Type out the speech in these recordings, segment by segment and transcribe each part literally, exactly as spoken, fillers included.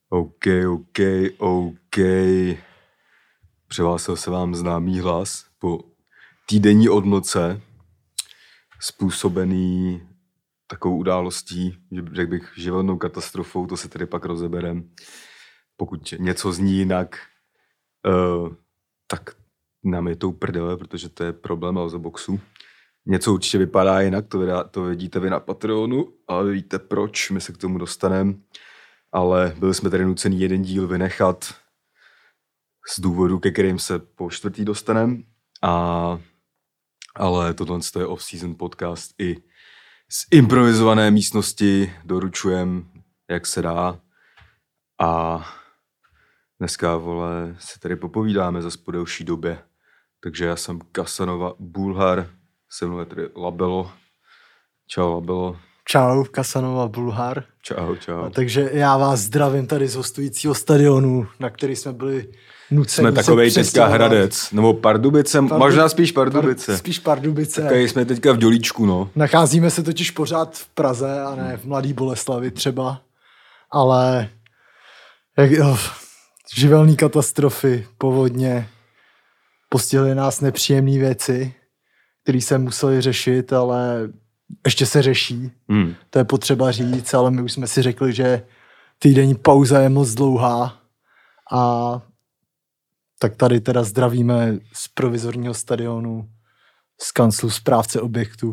OK, OK, OK. Přihlásil se vám známý hlas po týdenní odmlce, způsobený takovou událostí, že řekl bych živelnou katastrofou, to se tedy pak rozeberem. Pokud něco zní jinak, uh, tak nám je to uprdele, protože to je problém Alzoboxu. Něco určitě vypadá jinak, to, vydá, to vidíte vy na Patreonu, ale víte proč, my se k tomu dostaneme. Ale byli jsme tady nucený jeden díl vynechat z důvodu, ke kterým se po čtvrtý dostaneme. A, ale tohle je off-season podcast i z improvizované místnosti doručujem, jak se dá. A dneska, vole, se tady popovídáme zase po delší době. Takže já jsem Kasanova Bulhar, se mnou je tady Labelo. Čau, Labelo. Čau, Kasanova Bulhar. Čau, čau. A takže já vás zdravím tady z hostujícího stadionu, na který jsme byli nuceni. Jsme takovej teďka Hradec, nebo Pardubice, Pardu... možná spíš Pardubice. Par... Spíš Pardubice. Takový jsme teďka v Dělíčku, no. Nacházíme se totiž pořád v Praze a ne v Mladý Boleslavi třeba, ale jak, oh, živelný katastrofy, povodně, postihly nás nepříjemné věci, které se museli řešit, ale ještě se řeší, hmm. to je potřeba říct, ale my už jsme si řekli, že týdenní pauza je moc dlouhá a tak tady teda zdravíme z provizorního stadionu, z kanclu správce objektu.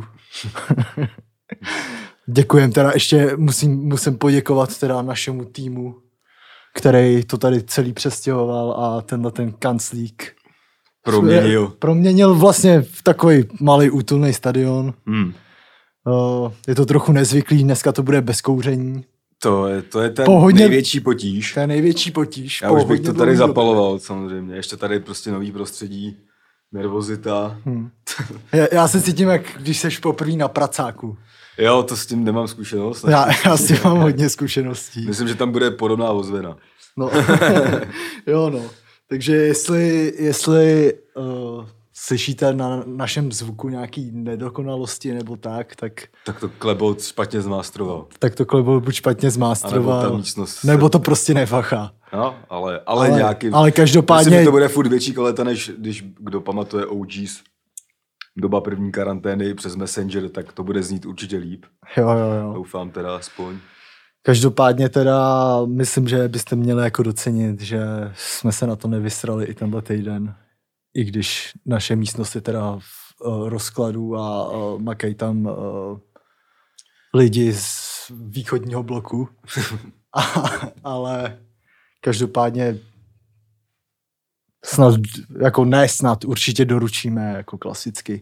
Děkujem teda, ještě musím, musím poděkovat teda našemu týmu, který to tady celý přestěhoval a tenhle ten kanclík proměnil. Proměnil vlastně v takový malý útulný stadion. Hmm. Uh, je to trochu nezvyklý, dneska to bude bez kouření. To je, to je ten hodně, největší potíž. To je největší potíž. Já už bych to tady zapaloval doby. Samozřejmě. Ještě tady prostě nový prostředí, nervozita. Hmm. já, já se cítím, jak když seš poprvé na pracáku. Jo, to s tím nemám zkušenost. Já, já s tím mám hodně zkušeností. Myslím, že tam bude podobná ozvěna. No, jo no. Takže jestli, jestli uh, slyšíte na našem zvuku nějaký nedokonalosti nebo tak, tak... Tak to Klebout špatně zmástroval. Tak to Klebout buď špatně zmástroval, nebo, místnost nebo to prostě nefachá. No, ale, ale, ale nějaký... Ale každopádně... Myslím, že to bude furt větší koleta, než když kdo pamatuje O Gs. Doba první karantény přes Messenger, tak to bude znít určitě líp. Jo, jo, jo. Doufám teda aspoň. Každopádně teda myslím, že byste měli jako docenit, že jsme se na to nevysrali i tenhle týden. I když naše místnost je teda v uh, rozkladu a uh, makají tam uh, lidi z východního bloku. a, ale každopádně snad, jako ne snad, určitě doručíme jako klasicky.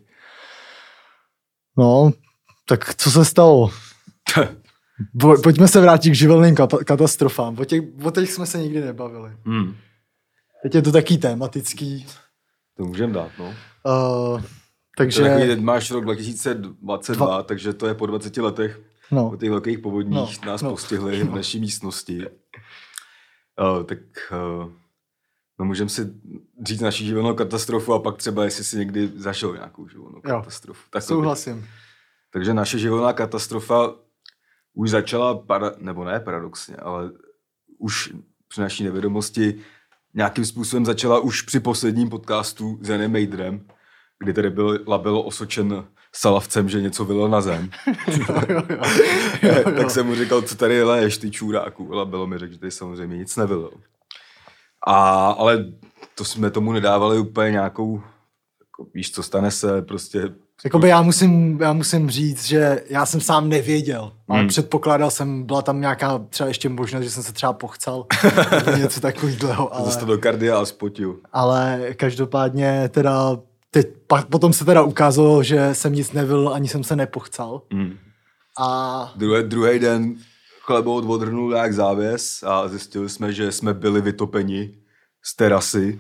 No, tak co se stalo? Pojďme se vrátit k živelným katastrofám. O těch, o těch jsme se nikdy nebavili. Hmm. Teď je to taky tematický. To můžeme dát, no. Uh, takže... To takový, máš rok dva tisíce dvacet dva, Dva... takže to je po dvaceti letech. No. Po těch velkých povodních no. nás no. postihly v naší místnosti. Uh, tak uh, no můžeme si říct naši živelnou katastrofu a pak třeba, jestli si někdy zašel nějakou živelnou katastrofu. Tak souhlasím. Tak. Takže naše živelná katastrofa už začala, para, nebo ne paradoxně, ale už při naší nevědomosti nějakým způsobem začala už při posledním podcastu s Janem Mejdrem, kdy tady byl Labelo osočen salavcem, že něco vylil na zem. jo, jo, jo. Jo, jo. Tak jsem mu říkal, co tady leješ, ty čůráku. Labelo mi řekl, že tady samozřejmě nic nevylil. A, ale to jsme tomu nedávali úplně nějakou, jako, víš, co stane se, prostě... Jakoby já musím, já musím říct, že já jsem sám nevěděl, ale hmm. předpokládal jsem, byla tam nějaká třeba ještě možnost, že jsem se třeba pochcal, nebo něco takového. Ale... Dostal do kardia a spotil. Ale každopádně teda, teď, potom se teda ukázalo, že jsem nic nevil, ani jsem se nepochcal. Hmm. A... Druhý, druhý den Klebout odhrnul jak závěs a zjistili jsme, že jsme byli vytopeni z terasy.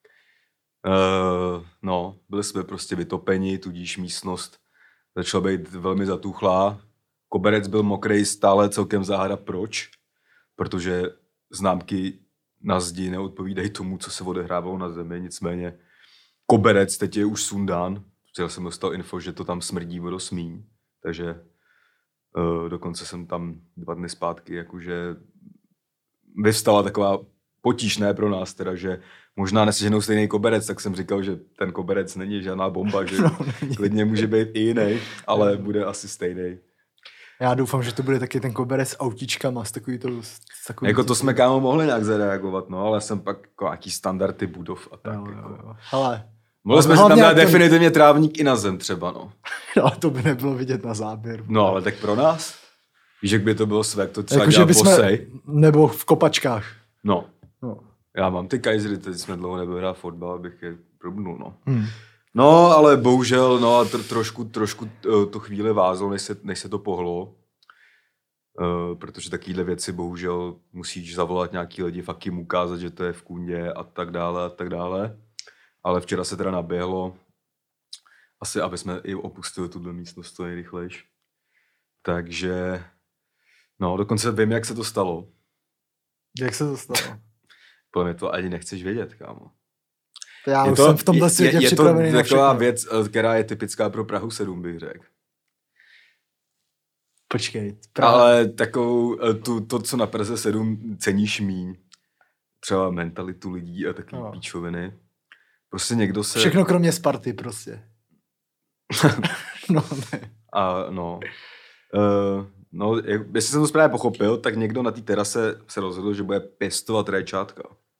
Uh, no, byli jsme prostě vytopeni, tudíž místnost začala být velmi zatuchlá. Koberec byl mokrý, stále celkem záhada proč, protože známky na zdi neodpovídají tomu, co se odehrávalo na zemi, nicméně koberec teď je už sundán. Včera jsem dostal info, že to tam smrdí vodosmíň, takže uh, dokonce jsem tam dva dny zpátky jakože vyvstala taková potíž, ne pro nás teda, že možná neseženou stejný koberec, tak jsem říkal, že ten koberec není žádná bomba, že no, klidně může být i jiný, ale bude asi stejný. Já doufám, že to bude taky ten koberec s autíčkama, s takový to... S takový jako to jsme kámo mohli nějak zareagovat, no, ale jsem pak jako nějaký standardy budov a tak. Jo, jako. jo, jo. Hele, mohli jsme si tam dát ten... definitivně trávník i na zem třeba, no. Ale to by nebylo vidět na záběr. No, ale tak pro nás? Víš, jak by to bylo svek, to třeba jako, dělá posej. Nebo v kopačkách. No. no. Já mám ty kajzry, teď jsme dlouho nebyli hrát fotbal, abych je probnul, no. Hmm. No, ale bohužel, no a tr- trošku, trošku to chvíli vázlo, než se, než se to pohlo. Uh, protože takovýhle věci bohužel musíš zavolat nějaký lidi, fakt jim ukázat, že to je v kůndě a tak dále a tak dále. Ale včera se teda naběhlo, asi aby jsme i opustili tuhle místnost to nejrychlejš. Takže, no dokonce vím, jak se to stalo. Jak se to stalo? Podle mě to ani nechceš vědět, kámo. Já už to, jsem v tomhle světě připravený na Je to taková všechno. věc, která je typická pro Prahu sedm, bych řekl. Počkej. Praha. Ale takovou, tu, to, co na Praze sedm ceníš míň, třeba mentalitu lidí a takový no. píčoviny. Prostě někdo se... Všechno kromě Sparty prostě. no, ne. A no... Uh, no, jestli jsem to správně pochopil, tak někdo na té terase se rozhodl, že bude pěstovat rajčátka.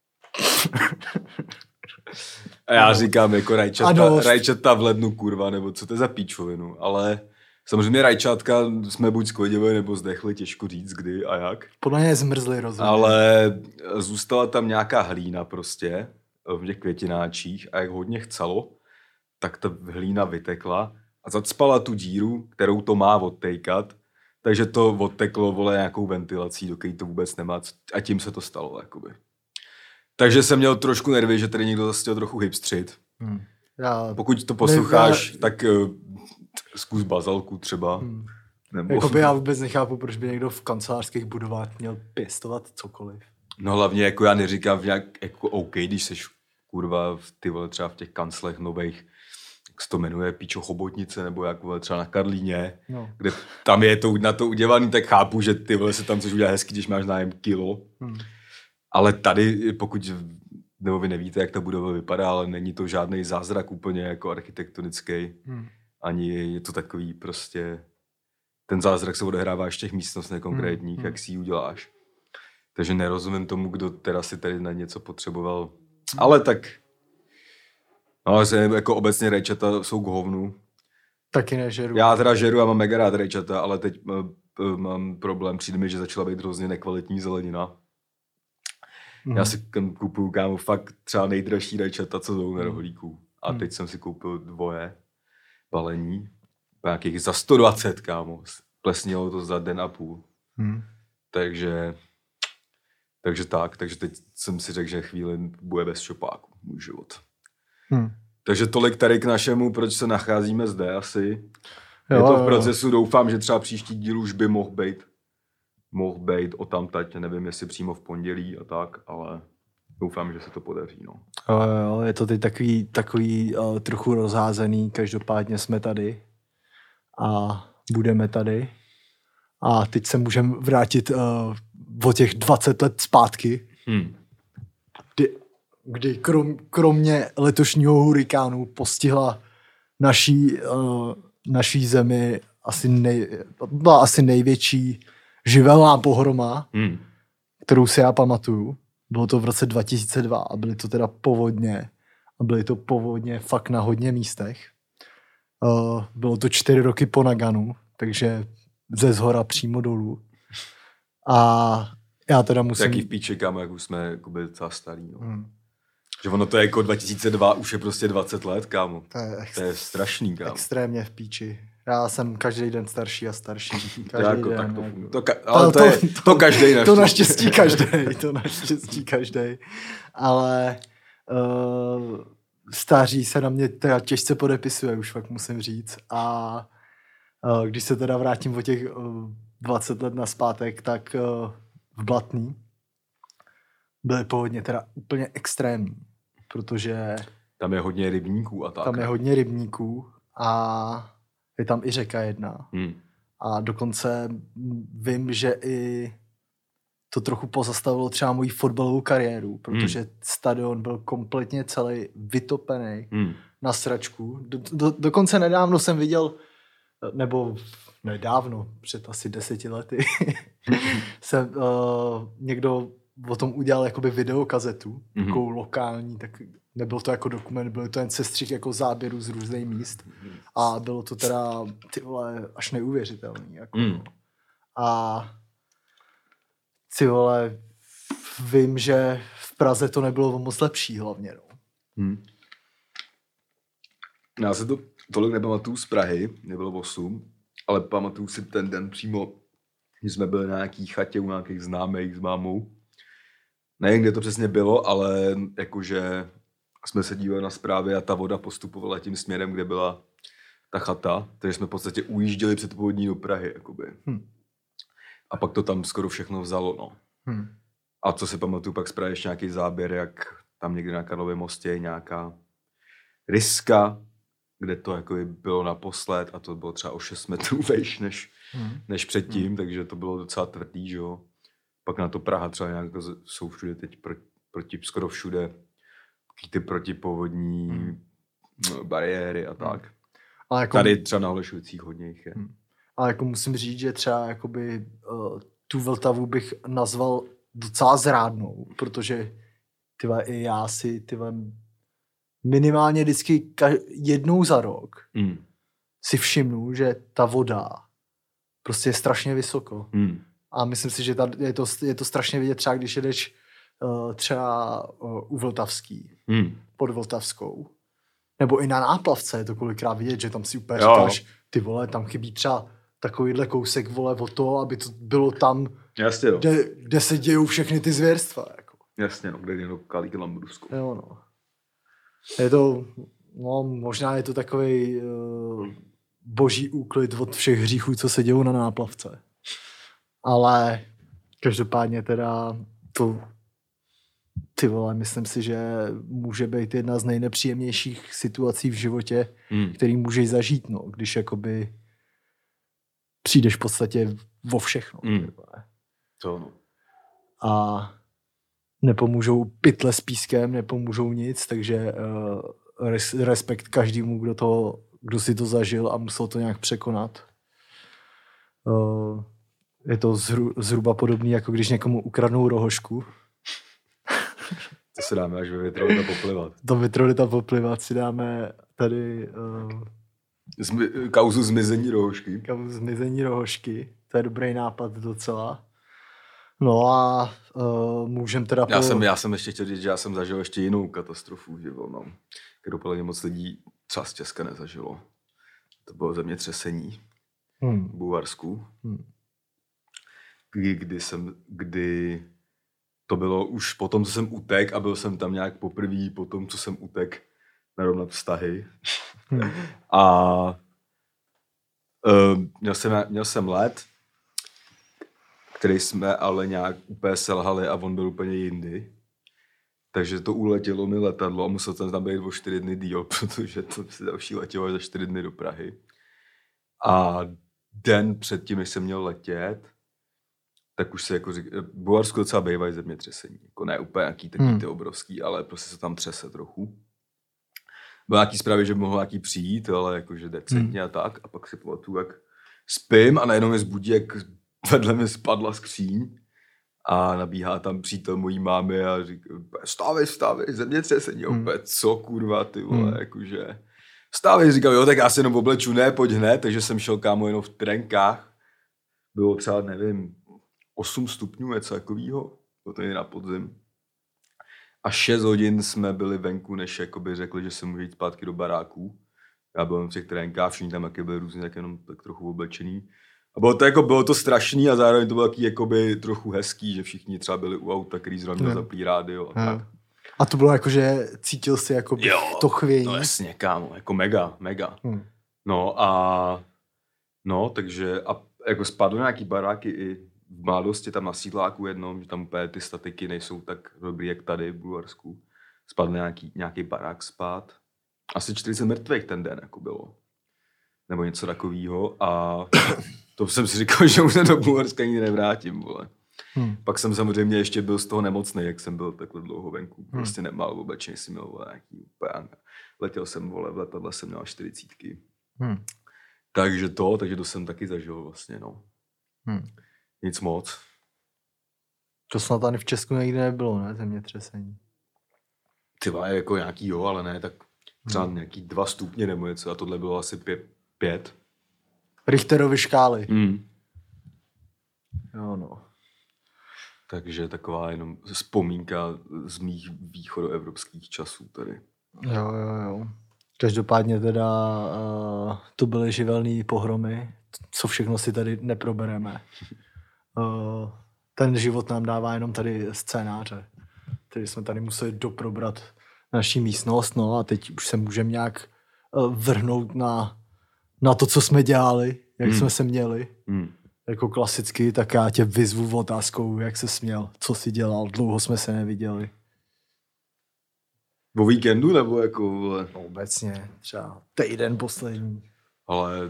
A já no. říkám jako rajčata, rajčata v lednu, kurva, nebo co to je za píčovinu, ale samozřejmě rajčátka jsme buď sklidili, nebo zdechli, těžko říct kdy a jak. Podle mě zmrzli rozhodně. Ale zůstala tam nějaká hlína prostě v těch květináčích a jak hodně chcelo, tak ta hlína vytekla a zacpala tu díru, kterou to má odtejkat, takže to odteklo, vole, nějakou ventilací, do který to vůbec nemá a tím se to stalo, jakoby. Takže jsem měl trošku nervy, že tady někdo zase chtěl trochu hipstřit. Hmm. Já... Pokud to posloucháš, ne, tak uh, zkus bazalku třeba. Hmm. Nebo... Jakoby já vůbec nechápu, proč by někdo v kancelářských budovách měl pěstovat cokoliv. No hlavně jako já neříkám v nějak jako OK, když seš kurva v ty vole třeba v těch kanclech nových, jak se to jmenuje, píčo chobotnice, nebo jak vole třeba na Karlíně, no. Kde tam je to na to udělaný, tak chápu, že ty vole se tam chceš udělat hezky, když máš nájem kilo. Hmm. Ale tady, pokud, nebo vy nevíte, jak ta budova vypadá, ale není to žádný zázrak úplně jako architektonický. Hmm. Ani je to takový prostě, ten zázrak se odehrává v těch místnostech konkrétních, hmm. jak si ji uděláš. Takže nerozumím tomu, kdo teda si tady na něco potřeboval. Hmm. Ale tak, no, jako obecně rajčata jsou k hovnu. Taky nežeru. Já teda žeru a mám mega rád rajčata, ale teď uh, mám problém, přijde mi, že začala být hrozně nekvalitní zelenina. Mm. Já si kupuju, kámo, fakt třeba nejdražší rajčata, co jsou na rohlíku. A mm. teď jsem si koupil dvoje balení. Nějakých za sto dvacet, kámo. Plesnilo to za den a půl. Mm. Takže, takže tak. Takže teď jsem si řekl, že chvíli bude bez šopáku můj život. Mm. Takže tolik tady k našemu, proč se nacházíme zde asi. Jo, je to v procesu, doufám, že třeba příští díl už by mohl být. Mohl být o tamtať, nevím, jestli přímo v pondělí a tak, ale doufám, že se to podaří, no. Jo, jo, je to teď takový, takový uh, trochu rozházený, každopádně jsme tady a budeme tady. A teď se můžeme vrátit uh, o těch dvacet let zpátky, hmm. kdy, kdy krom, kromě letošního hurikánu postihla naší, uh, naší zemi asi, nej, byla asi největší živelná pohroma, hmm. kterou si já pamatuju. Bylo to v roce dva tisíce dva a byly to teda povodně. A byly to povodně fakt na hodně místech. Uh, bylo to čtyři roky po Naganu, takže ze zhora přímo dolů. A já teda musím... Jaký v píči, kámo, jak už jsme jakoby docela starý, no. Hmm. Že ono to je jako dva tisíce dva, už je prostě dvacet let, kámo. To je, ex... to je strašný, kámo. Extrémně v píči. Já jsem každý den starší a starší. Každý jako, den. Tak to, jako... to, ka- ale to, to, je, to, to každý naštěstí. To naštěstí každý, to naštěstí každý. Ale uh, stáří se na mě teda těžce podepisuje, už fakt musím říct. A uh, když se teda vrátím o těch uh, dvacet let nazpátek, tak uh, v Blatný byly pohodně teda úplně extrémní, protože... Tam je hodně rybníků a tak. Tam je hodně rybníků a... Je tam i řeka jedna. Hmm. A dokonce vím, že i to trochu pozastavilo třeba moji fotbalovou kariéru, protože hmm. stadion byl kompletně celý vytopený hmm. na sračku. Do, do, dokonce nedávno jsem viděl, nebo nedávno, před asi deseti lety, jsem uh, někdo o tom udělal jakoby videokazetu, mm-hmm. takovou lokální, tak nebyl to jako dokument, byl to jen sestřih jako záběru z různých míst a bylo to teda, ty vole, až neuvěřitelný. Jako. Mm. A ty vole, vím, že v Praze to nebylo moc lepší hlavně, no. Hmm. Já se to tolik nepamatuju z Prahy, nebylo osm, ale pamatuju si ten den přímo, že jsme byli na nějaký chatě u nějakých známých s mámou. Nevím, kde to přesně bylo, ale jakože jsme se dívali na zprávy a ta voda postupovala tím směrem, kde byla ta chata, takže jsme v podstatě ujížděli před povodní do Prahy, jakoby. Hmm. A pak to tam skoro všechno vzalo, no. Hmm. A co si pamatuju, pak z Prahy ještě nějaký záběr, jak tam někde na Karlově mostě je nějaká ryska, kde to jako bylo naposled a to bylo třeba o šest metrů vejš než, hmm. než předtím, hmm. takže to bylo docela tvrdý, že jo. Pak na to Praha třeba nějak jsou všude teď proti, proti skoro všude ty protipovodní hmm. bariéry a tak. Ale jako, tady třeba na Holešovicích hodně jich je. Hmm. Ale jako musím říct, že třeba jakoby, uh, tu Vltavu bych nazval docela zrádnou, protože tyva, i já si tyva, minimálně vždycky ka- jednou za rok hmm. si všimnu, že ta voda prostě je strašně vysoko. Hmm. A myslím si, že ta, je, to, je to strašně vidět třeba, když jedeš uh, třeba uh, u Vltavský, hmm. pod Vltavskou. Nebo i na Náplavce je to kolikrát vidět, že tam si úplně jo. říkáš, ty vole, tam chybí třeba takovýhle kousek, vole, o to, aby to bylo tam, Jasně, no. kde, kde se dějou všechny ty zvěrstva. Jako. Jasně, no, kde je to Kalík Lambruskou. Jo, no. Je to, no, možná je to takovej uh, boží úklid od všech hříchů, co se dějou na Náplavce. Ale každopádně teda to, ty vole, myslím si, že může být jedna z nejnepříjemnějších situací v životě, hmm. který můžeš zažít, no, když jakoby přijdeš v podstatě vo všechno. Hmm. To no. A nepomůžou pytle s pískem, nepomůžou nic, takže uh, res, respekt každému, kdo, to, kdo si to zažil a musel to nějak překonat. Uh, Je to zhru, zhruba podobný, jako když někomu ukradnou rohošku. To si dáme až vytrolita poplivat. To vytrolita poplivat si dáme tady... Uh, Zmi, kauzu zmizení rohošky. Kauzu zmizení rohošky. To je dobrý nápad docela. No a uh, můžem teda... Já, po... jsem, já jsem ještě chtěl říct, že já jsem zažil ještě jinou katastrofu, že no, kterou podle mě moc lidí třeba z Česka nezažilo. To bylo zemětřesení hmm. v Bulharsku. Hmm. Kdy jsem, kdy to bylo už po tom, co jsem utek a byl jsem tam nějak poprvé po tom, co jsem utek narovnat vztahy. Hmm. A uh, měl, jsem, měl jsem let, který jsme ale nějak úplně selhali a on byl úplně jindy. Takže to uletělo mi letadlo a musel jsem tam být o čtyři dny díl, protože to si další letělo za čtyři dny do Prahy. A den předtím, než jsem měl letět, tak už se jako říká, v Bulharsku docela bývají zemětřesení. Jako ne úplně nějaký taky hmm. ty obrovský, ale prostě se tam třese trochu. Byl nějaký zprávy, že by mohl nějaký přijít, ale jakože decentně hmm. a tak. A pak si pamatuju, jak spím a najednou mě zbudí, jak vedle mi spadla skříň a nabíhá tam přítel mojí mámy a říká, vstávej, vstávej, zemětřesení. Hmm. Opět, co kurva, ty vole, hmm. jakože... Vstávej, říkal, jo, tak já se jenom obleču, ne, pojď hned, takže jsem šel kámo jenom v trenkách. Bylo třeba, nevím, osm stupňů, něco takového, bylo to na podzim. A šest hodin jsme byli venku, než jakoby řekli, že se může jít zpátky do baráků. Já byl v těch trenkách, všichni tam jaké byli různě, tak jenom tak trochu oblečený. A bylo to, jako, bylo to strašný a zároveň to bylo taky jakoby trochu hezký, že všichni třeba byli u auta, který zrovna měl zaplý rádio a tak. A to bylo jako, že cítil jsi jako to chvění. No jasně, kámo, jako mega, mega. Hmm. No a no, takže a jako spadly nějaký baráky i v mladosti tam na sídláku jednom, že tam úplně ty statiky nejsou tak dobrý, jak tady v Bulharsku. Spadl nějaký, nějaký barák spát. Asi čtyřicet mrtvých ten den jako bylo. Nebo něco takového. A to jsem si říkal, že už se do Bulharska nikdy nevrátím, vole. Hmm. Pak jsem samozřejmě ještě byl z toho nemocný, jak jsem byl takhle dlouho venku. Prostě hmm. nemal vůbec, jsem měl vole, nějaký úplně. Letěl jsem, vole, v letadle jsem měl čtyřicítky. Hmm. Takže to, takže to jsem taky zažil vlastně, no. Hmm. Nic moc. To snad ani v Česku nikdy nebylo, ne, zemětřesení. Ty vole, jako nějaký jo, ale ne, tak třeba hmm. nějaký dva stupně nebo něco a tohle bylo asi pět. pět. Richterovy škály. Hmm. Jo, no. Takže taková jenom vzpomínka z mých východoevropských časů tady. Jo, jo, jo. Každopádně teda uh, to byly živelné pohromy, co všechno si tady neprobereme. Uh, ten život nám dává jenom tady scénáře. Tedy jsme tady museli doprobrat naší místnost, no a teď už se můžeme nějak uh, vrhnout na, na to, co jsme dělali, jak hmm. jsme se měli. Hmm. Jako klasicky, tak já tě vyzvu otázkou, jak se směl, co jsi dělal, dlouho jsme se neviděli. O víkendu nebo jako... Vole? No, obecně, třeba týden poslední. Ale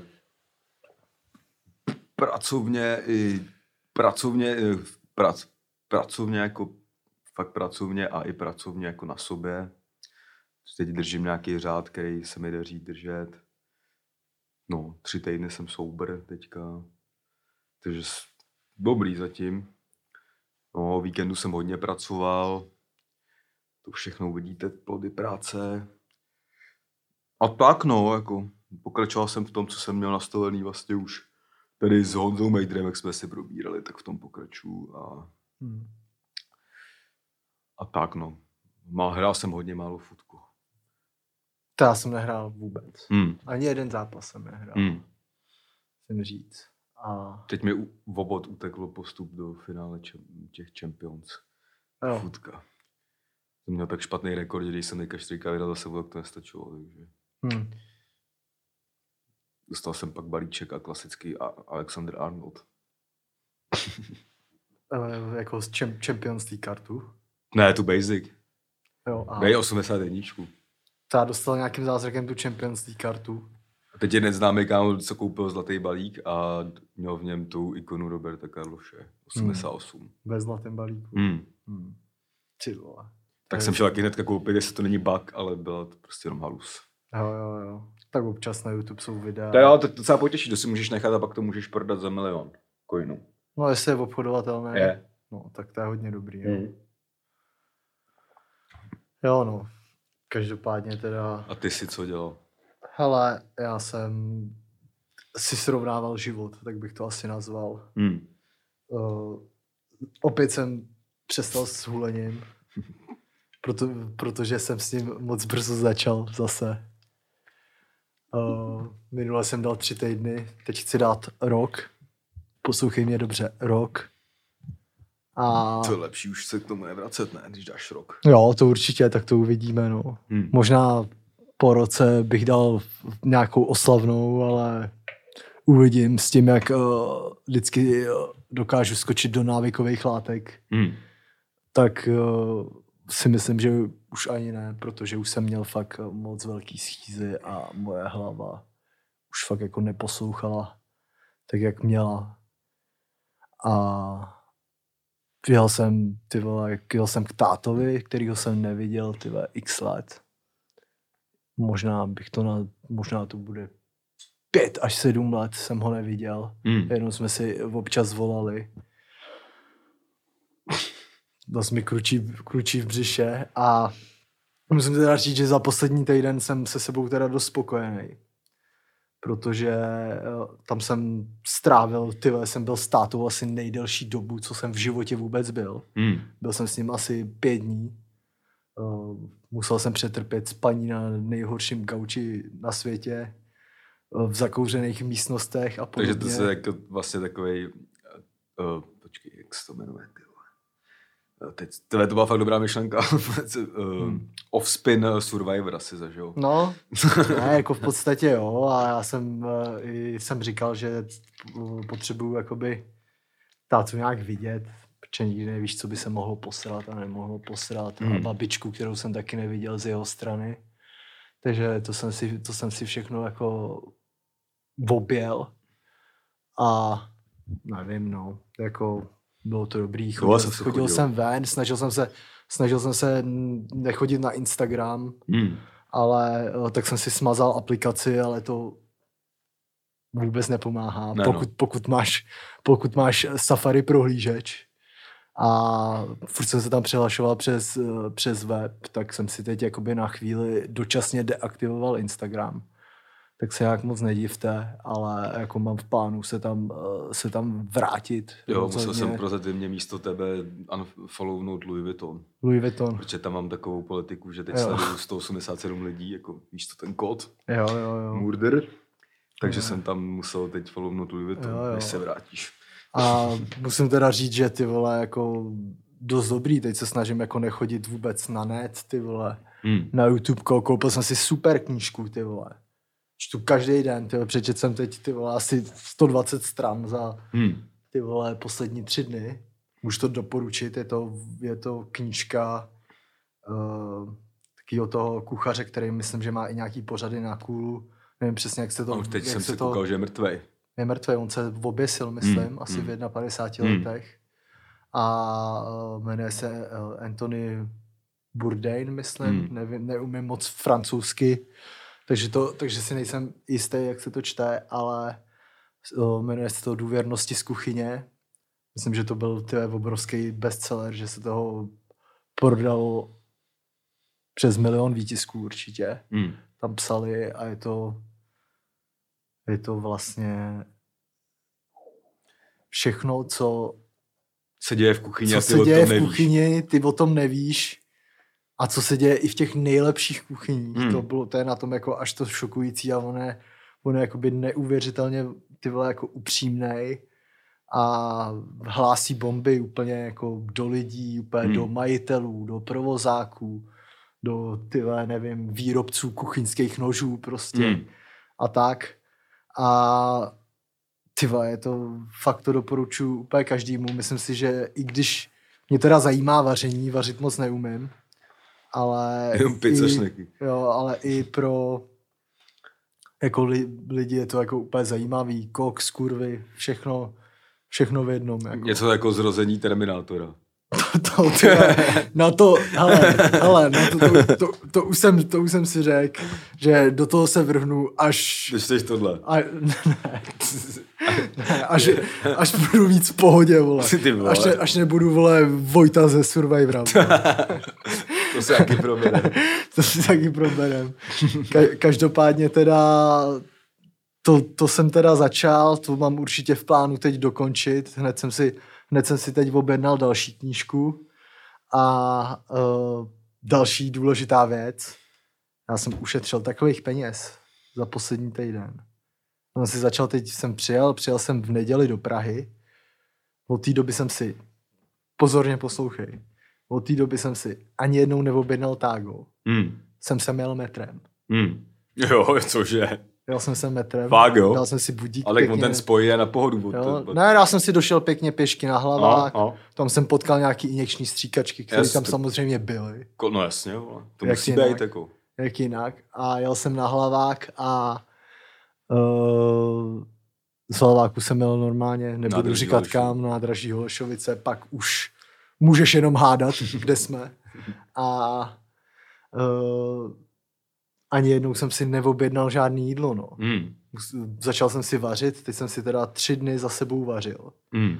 pracovně i pracovně, prac, pracovně jako fakt pracovně a i pracovně jako na sobě. Teď držím nějaký řád, který se mi daří držet. No, tři týdny jsem sober teďka. Takže dobrý zatím. No, o víkendu jsem hodně pracoval. To všechno uvidíte, plody práce. A tak no, jako pokračoval jsem v tom, co jsem měl nastavený vlastně už tady s Honzou Mejdrem, jak jsme si probírali, tak v tom pokračuju a hmm. a tak no. Má, hrál jsem hodně málo futku. To já jsem nehrál vůbec. Hmm. Ani jeden zápas jsem nehrál. Hmm. Jsem říct. A... Teď mi v obod uteklo postup do finále těch Champions. Jo. Futka. Jsem měl tak špatný rekord, když jsem teďka čtyřikrát vydal za sebou, tak to nestačilo. Takže... Hmm. Dostal jsem pak balíček a klasický Alexander Arnold. e, jako z Champions League kartu? Ne, tu basic. Jo, a... Dej osmdesát jedna. To já dostal nějakým zázrakem tu Champions League kartu. A teď je neznámý kámo, co koupil zlatý balík a měl v něm tu ikonu Roberta Carlose. osmdesát osm. Hmm. Ve zlatém balíku. Hmm. Hmm. Ty vole. Tak jsem šel taky hnedka koupit, jestli to není bug, ale byla to prostě jenom halus. Jo, jo, jo. Tak občas na YouTube jsou videa. To jo, to docela potěší, to si můžeš nechat a pak to můžeš prodat za milion coinů. No, jestli je obchodovatelné. Je. No, tak to je hodně dobrý. Jo, mm. jo no. Každopádně teda... A ty si co dělal? Hele, já jsem si srovnával život, tak bych to asi nazval. Mm. Uh, opět jsem přestal s hulením, proto, protože jsem s ním moc brzo začal zase. Uh, minule jsem dal tři týdny, teď chci dát rok. Poslouchej mě dobře, rok. A... To je lepší už se k tomu nevracet, ne, když dáš rok. Jo, to určitě, tak to uvidíme, no. Hmm. Možná po roce bych dal nějakou oslavnou, ale uvidím s tím, jak uh, vždycky uh, dokážu skočit do návykových látek. Hmm. Tak uh, si myslím, že už ani ne, protože už jsem měl fakt moc velký schýzy a moje hlava už fakt jako neposlouchala tak, jak měla. A jel jsem, ty vole, jel jsem k tátovi, kterýho jsem neviděl, ty vole, x let. Možná bych to na, možná to bude pět až sedm let jsem ho neviděl. Mm. Jenom jsme si občas volali. Dost mi kručí, kručí v břiše a musím teda říct, že za poslední týden jsem se sebou teda dost spokojený. Protože tam jsem strávil, tyhle, jsem byl s tátou asi nejdelší dobu, co jsem v životě vůbec byl. Mm. Byl jsem s ním asi pět dní. Uh, musel jsem přetrpět spaní na nejhorším gauči na světě, uh, v zakouřených místnostech a podobně. Takže to je jako vlastně takovej, uh, počkej, jak se to jmenuje, Teď, tohle to byla fakt dobrá myšlenka. hmm. Off-spin Survivor asi zažil. No, ne, jako v podstatě jo. A já jsem, jsem říkal, že potřebuju jakoby tátu nějak vidět, protože nikdy nevíš, co by se mohlo posrat a nemohlo posrat. Hmm. A babičku, kterou jsem taky neviděl z jeho strany. Takže to jsem si, to jsem si všechno jako objel. A nevím, no, jako... bylo to dobrý. No, Chodil, jsem chodil, chodil. jsem ven, snažil jsem se, snažil jsem se nechodit na Instagram, Hmm. ale uh, tak jsem si smazal aplikaci, ale to vůbec nepomáhá. Ne, pokud, no. pokud, máš, pokud máš Safari prohlížeč a furt jsem se tam přihlašoval přes, uh, přes web, tak jsem si teď jakoby na chvíli dočasně deaktivoval Instagram. Tak se jak moc nedivte, ale jako mám v plánu se tam, uh, se tam vrátit. Jo, rozhodně. musel jsem prozatímně místo tebe unfollownout Louis Vuitton. Louis Vuitton. Protože tam mám takovou politiku, že teď Jo. sleduju sto osmdesát sedm lidí, jako víš to ten kód, Jo, jo, jo. murder. Takže Jo. jsem tam musel teď follownout Louis Vuitton, Jo, jo. než se vrátíš. A musím teda říct, že ty vole jako dost dobrý, teď se snažím jako nechodit vůbec na net, ty vole. Hmm. Na YouTube koupil jsem si super knížku, ty vole. Čtu každý den, ty vole, přečet jsem teď, ty vole, asi sto dvacet stran za Hmm. ty vole poslední tři dny. Můžu to doporučit, je to, je to knížka uh, takového toho kuchaře, který myslím, že má i nějaký pořady na Kulu. Nevím přesně, jak se to... No, už teď jak jsem se si to, koukal, že je mrtvej. je mrtvý, on se oběsil, myslím, Hmm, asi hmm. v padesáti Hmm. letech. A uh, jmenuje se uh, Anthony Bourdain, myslím, Hmm. nevím, neumím moc francouzsky, takže, to, takže si nejsem jistý, jak se to čte, ale uh, jmenuje se to Důvěrnosti z kuchyně. Myslím, že to byl tyhle obrovský bestseller, že se toho prodalo přes milion výtisků určitě. Hmm. Tam psali a je to je to vlastně všechno, co, Se děje v kuchyni co a ty se o děje tom v nevíš. kuchyni, ty o tom nevíš a co se děje i v těch nejlepších kuchyních. Hmm. To bylo, to je na tom jako až to šokující a on je, on je jakoby neuvěřitelně ty vole jako upřímnej a hlásí bomby úplně jako do lidí, úplně Hmm. do majitelů, do provozáků, do tyhle, nevím, výrobců kuchyňských nožů prostě Hmm. a tak. A ty vole, je to, fakt to doporučuji úplně každému. Myslím si, že i když mě teda zajímá vaření, vařit moc neumím, ale Jenom pizza i, šneky. jo, ale i pro jako li, lidi je to jako úplně zajímavý, kok, skurvy, všechno, všechno v jednom. Jako. Něco jako zrození Terminátora. to, tyhle, na to, hele, hele, na to, to, to, to, už jsem, to už jsem si řekl, že do toho se vrhnu až... Když chceš tohle. A, ne, ne, až, až budu víc v pohodě, vole. Ty vole. Až, ne, až nebudu, vole, Vojta ze Survivora. To se taky proberem. To si taky proberem. Ka- každopádně teda to, to jsem teda začal, to mám určitě v plánu teď dokončit. Hned jsem si, hned jsem si teď objednal další knížku a uh, další důležitá věc. Já jsem ušetřil takových peněz za poslední týden. Jsem si začal, teď jsem přijel, přijel jsem v neděli do Prahy. Od té doby jsem si, pozorně poslouchej, od té doby jsem si ani jednou neobjednal tágo. Hmm. Jsem se jel metrem. Hmm. Jo, cože. Jel jsem se metrem, Fakt, jo? dal jsem si budík Ale pěkně. on ten spoj je na pohodu. Od, Jo? od... Ne, já jsem si došel pěkně pěšky na hlavák. A, a. Tam jsem potkal nějaký injekční stříkačky, které Jasně. tam samozřejmě byly. Ko- No jasně, vole. To Jak musí jinak? být jako. Jak jinak. A jel jsem na hlavák a uh, z hlaváku jsem jel normálně, nebudu Nádraží říkat Holešovice. kam, nádraží Holešovice, pak už můžeš jenom hádat, kde jsme. A uh, ani jednou jsem si neobjednal žádný jídlo, no. Hmm. Začal jsem si vařit, teď jsem si teda tři dny za sebou vařil. Hmm.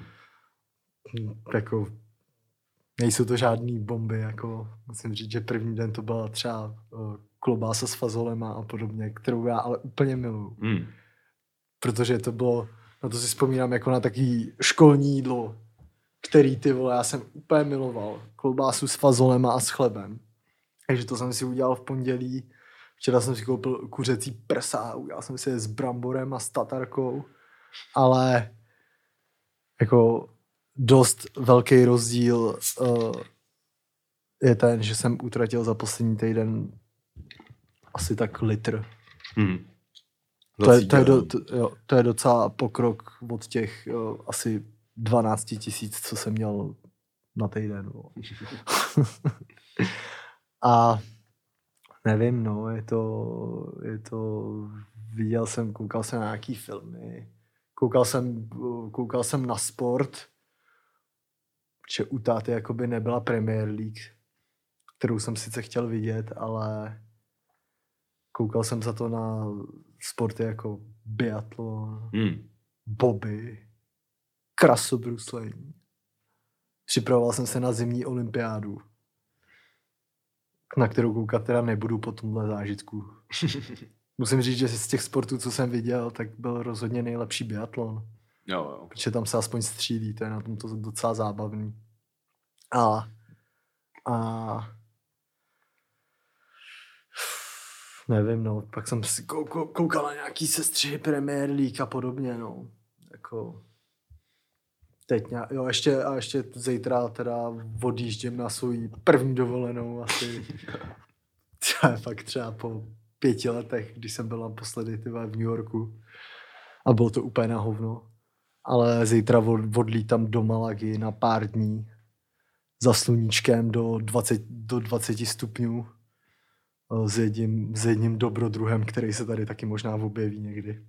Jako, nejsou to žádný bomby, jako musím říct, že první den to byla třeba uh, klobása s fazolema a podobně, kterou já ale úplně miluju. Hmm. Protože to bylo, na to si vzpomínám jako na takový školní jídlo, který ty vole, já jsem úplně miloval. Klobásu s fazolema a s chlebem. Takže to jsem si udělal v pondělí. Včera jsem si koupil kuřecí prsa, udělal jsem si je s bramborem a s tatarkou, ale jako dost velký rozdíl uh, je ten, že jsem utratil za poslední týden asi tak litr. Hmm. To je, to, je do, to, jo, to je docela pokrok od těch uh, asi dvanáct tisíc, co jsem měl na týden. A nevím, no, je to, je to, viděl jsem, koukal jsem na nějaký filmy, koukal jsem, koukal jsem na sport, že u táty jakoby nebyla Premier League, kterou jsem sice chtěl vidět, ale koukal jsem za to na sporty jako biatlon, Hmm. boby, krasobruslení. Připravoval jsem se na zimní olympiádu, na kterou koukat teda nebudu po tomhle zážitku. Musím říct, že z těch sportů, co jsem viděl, tak byl rozhodně nejlepší biatlon. Jo, jo. Protože tam se aspoň střílí, to je na tom to docela zábavný. A, a nevím, no, pak jsem si kou, kou, koukal na nějaký sestřihy Premier League a podobně, no. Jako teď nějak, jo, ještě, a ještě zítra teda odjíždím na svou první dovolenou asi. Třeba fakt třeba po pěti letech, když jsem byl naposledy tyhle v New Yorku. A bylo to úplně na hovno. Ale zítra od, odlítám do Malagy na pár dní za sluníčkem do dvacet, do dvacet stupňů s jedním, s jedním dobrodruhem, který se tady taky možná objeví někdy.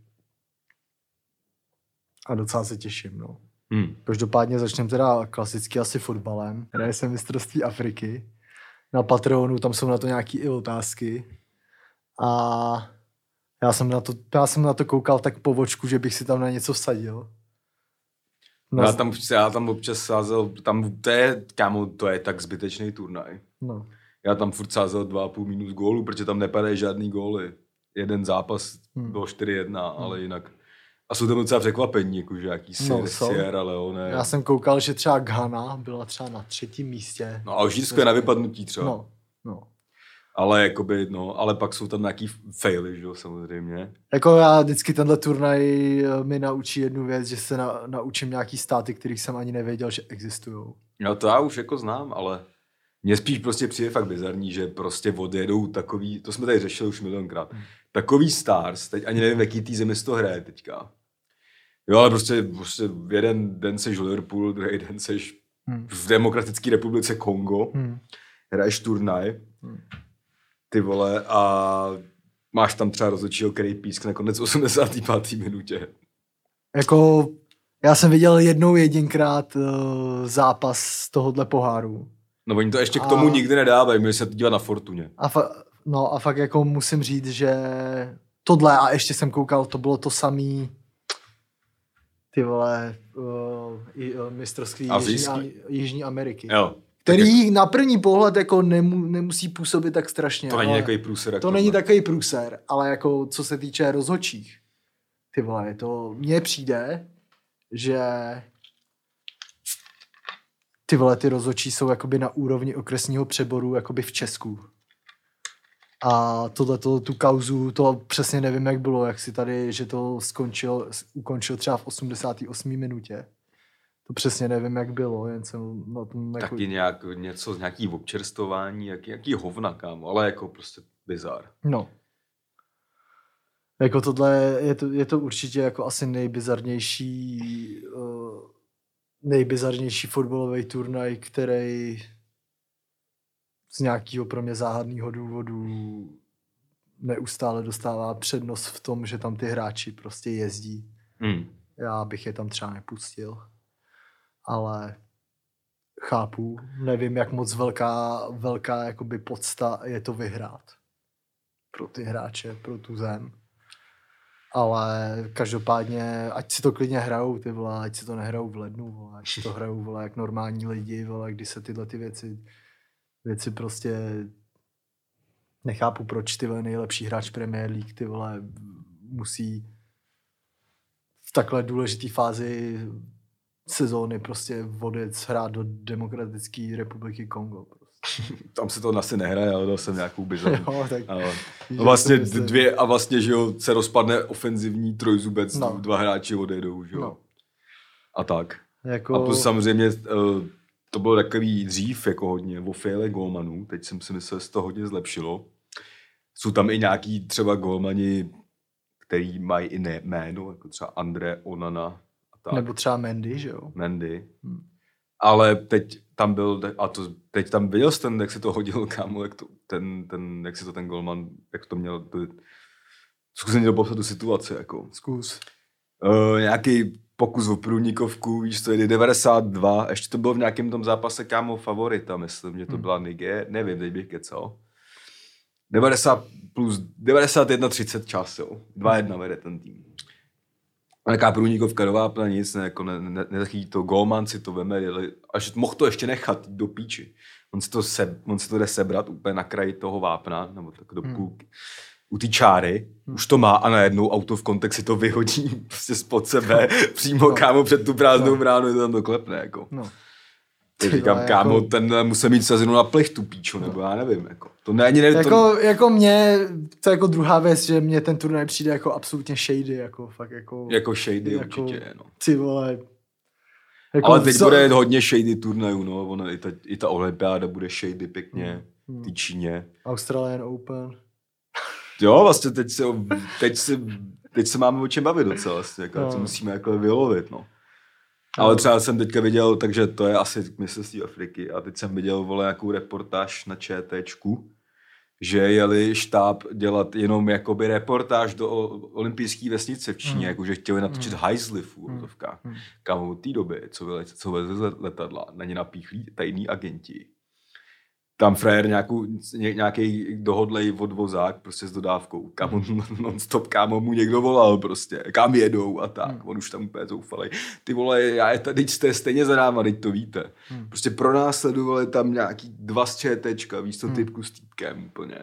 A docela se těším, no. Hmm. Každopádně začneme teda klasicky asi fotbalem. Hraje se mistrovství Afriky. Na Patreonu tam jsou na to nějaký i otázky. A já jsem na to, já jsem na to koukal tak po vočku, že bych si tam na něco vsadil. No. Já, tam, já tam občas sázel, tam to je, kámo, to je tak zbytečný turnaj. No. Já tam furt sázel dva a půl minus gólů, protože tam nepadají žádný góly. Jeden zápas hmm. bylo čtyři jedna, hmm. ale jinak. A jsou tam docela překvapení, jakože jaký no, Sierra Leone. Já jsem koukal, že třeba Ghana byla třeba na třetím místě. No a Alžírsko je na vypadnutí třeba. No, no. Ale jakoby, no, ale pak jsou tam nějaký faily, že jo, samozřejmě. Jako já vždycky tenhle turnaj mi naučí jednu věc, že se na, naučím nějaký státy, kterých jsem ani nevěděl, že existují. No to já už jako znám, ale mně spíš prostě přijde fakt bizarní, že prostě odjedou takový, to jsme tady řešili už milionkrát, hmm. takový stars, teď ani nevím, v jaký tý zemi to hraje teďka. Jo, ale prostě, prostě jeden den seš v Liverpoolu, druhý den seš hmm. v Demokratické republice Kongo, hmm. hraješ turnaj, hmm. ty vole, a máš tam třeba rozhodčího, který písk na konec osmdesáté páté minutě. Jako, já jsem viděl jednou jedinkrát uh, zápas z tohohle poháru. No oni to ještě k tomu a... nikdy nedávají, měli se to dívat na Fortuně. A fa- no a fakt jako musím říct, že tohle, a ještě jsem koukal, to bylo to samý, ty vole, uh, mistrovství Jižní, Jižní Ameriky. Jo. Který na první pohled jako nemu, nemusí působit tak strašně. To není takový průser. To není takový průser, ale jako co se týče rozhodčích, ty vole, to mně přijde, že ty vole, ty rozhodčí jsou jakoby na úrovni okresního přeboru jakoby v Česku. A tohleto, tu kauzu, to přesně nevím, jak bylo, jak si tady, že to skončil, ukončil třeba v osmdesáté osmé minutě. To přesně nevím, jak bylo, jen jsem na tom jako... Taky nějak, něco, nějaký občerstování, jaký, jaký hovna, kámo, ale jako prostě bizar. No. Jako tohle, je to, je to určitě jako asi nejbizarnější, uh, nejbizarnější fotbalový turnaj, který z nějakého pro mě záhadného důvodu neustále dostává přednost v tom, že tam ty hráči prostě jezdí. Hmm. Já bych je tam třeba nepustil. Ale chápu, nevím, jak moc velká, velká jakoby podsta je to vyhrát pro ty hráče, pro tu zem. Ale každopádně, ať si to klidně hrajou, ty vole, ať si to nehrajou v lednu, vole, ať si to hrajou, vole, jak normální lidi, vole, když se tyhle ty věci, věci prostě nechápu, proč ty vole nejlepší hráč Premier League, ty vole, musí v takhle důležitý fázi sezóny prostě odjet hrát do Demokratické republiky Kongo. Prostě. Tam se to asi nehraje, ale dal jsem nějakou bizarní. Jo, tak ale vlastně dvě a vlastně, že jo, se rozpadne ofenzivní trojzubec, no. Dva hráči odjedou, že jo. No. A tak. Jako... A plus samozřejmě to bylo takový dřív jako hodně o faile golmanů, teď jsem si myslel, že se to hodně zlepšilo. Jsou tam i nějaký třeba golmani, který mají i ne- jméno, jako třeba André Onana. Tak. Nebo třeba Mendy, že jo? Mendy. Hmm. Ale teď tam byl, a to, teď tam viděl jsi ten, jak se to hodil, kámo, jak, to, ten, ten, jak si to ten golman, jak to měl, to, zkus někdo popsat tu situaci, jako. Zkus. Uh, nějaký pokus o průnikovku, víš co, jde devadesát dva, ještě to bylo v nějakém tom zápase kámo favorita, myslím, že to byla Niger, nevím, teď bych kecal. devadesát plus devadesát jedna třicet čas, jo. dva jedna vede ten tým. A nějaká průnikovka do vápna, nic, ne, jako ne, ne, nechytí to, golman si to veme, až mohl to ještě nechat do píči. On si to, se, on si to jde sebrat úplně na kraji toho vápna, nebo tak do půlky. U té čáry, hmm. už to má a najednou auto v kontext si to vyhodí prostě spod sebe, přímo no. kámo před tu prázdnou no. bránu, to tam doklepne, jako. No. Teď říkám, jako... kámo, ten musí mít sazinu na plech tu píču, nebo já nevím, jako. To není, ne, jako, to... jako mě, to je jako druhá věc, že mě ten turnaj přijde jako absolutně shady, jako fakt jako... Jako shady jako, určitě, no. Ty vole... Jako ale teď co... bude hodně shady turnajů, no, ono, i, ta, i ta olympiáda bude shady pěkně, hmm. ty Číně. Australian Open. Jo, vlastně teď se, teď se, teď se máme o čem bavit docela, vlastně, jako, no. co musíme jako vylovit, no. Ale třeba jsem teďka viděl, takže to je asi mistrovství Afriky, a teď jsem viděl, vole, nějakou reportáž na ČTčku, že jeli štáb dělat jenom jakoby reportáž do olympijské vesnice v Číně, mm. jako že chtěli natočit mm. hajzly v úvodovkách. Mm. Kámo, od té doby, co vyleze, co vyleze letadla, na ně napíchlí tajní agenti. Tam frajer nějakou, ně, nějaký dohodlej odvozák prostě s dodávkou. Kámo, non-stop, kámo, mu někdo volal prostě, kam jedou a tak. Hmm. On už tam úplně zoufalej. Ty vole, já je tady, jste stejně za náma, teď to víte. Hmm. Prostě pro nás sledovali tam nějaký dva z ČTčka, víš co, hmm. typku s týpkem úplně.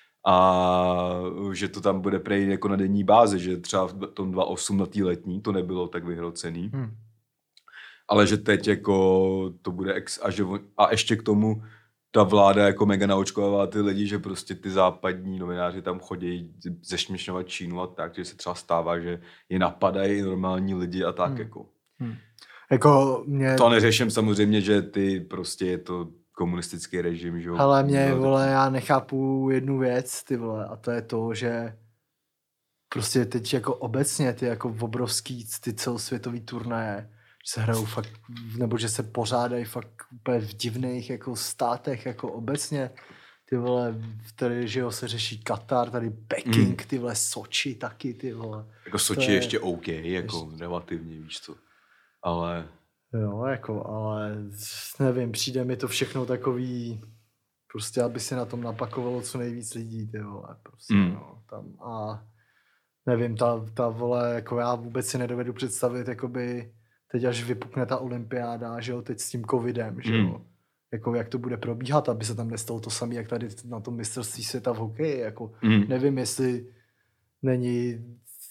A že to tam bude prej jako na denní bázi, že třeba v tom dva osm na té letní to nebylo tak vyhrocený. Hmm. Ale že teď jako to bude ex, a, že, a ještě k tomu ta vláda jako mega naočkovává ty lidi, že prostě ty západní novináři tam chodí zešměšňovat Čínu a tak, že se třeba stává, že je napadají normální lidi a tak hmm. jako. Hmm. Jako mě... To neřeším samozřejmě, že ty prostě je to komunistický režim, že jo. Ale mě, vole, já nechápu jednu věc, ty vole, a to je to, že prostě teď jako obecně ty jako obrovský ty celosvětový turnaje, že se hrajou fakt, nebo že se pořádají fakt úplně v divných jako státech, jako obecně. Ty vole, tady, že jo, se řeší Katar, tady Peking, mm. ty vole, Soči taky, ty vole. Jako Soči je ještě OK, jako ještě... relativně, víš co. Ale... Jo, jako, ale nevím, přijde mi to všechno takový, prostě, aby se na tom napakovalo co nejvíc lidí, ty vole, prostě, mm. no, tam a nevím, ta, ta vole, jako já vůbec si nedovedu představit, jakoby, teď až vypukne ta olympiáda, že jo, teď s tím covidem, že jo, mm. jako jak to bude probíhat, aby se tam nestalo to samé, jak tady na tom mistrovství světa v hokeji, jako mm. nevím, jestli není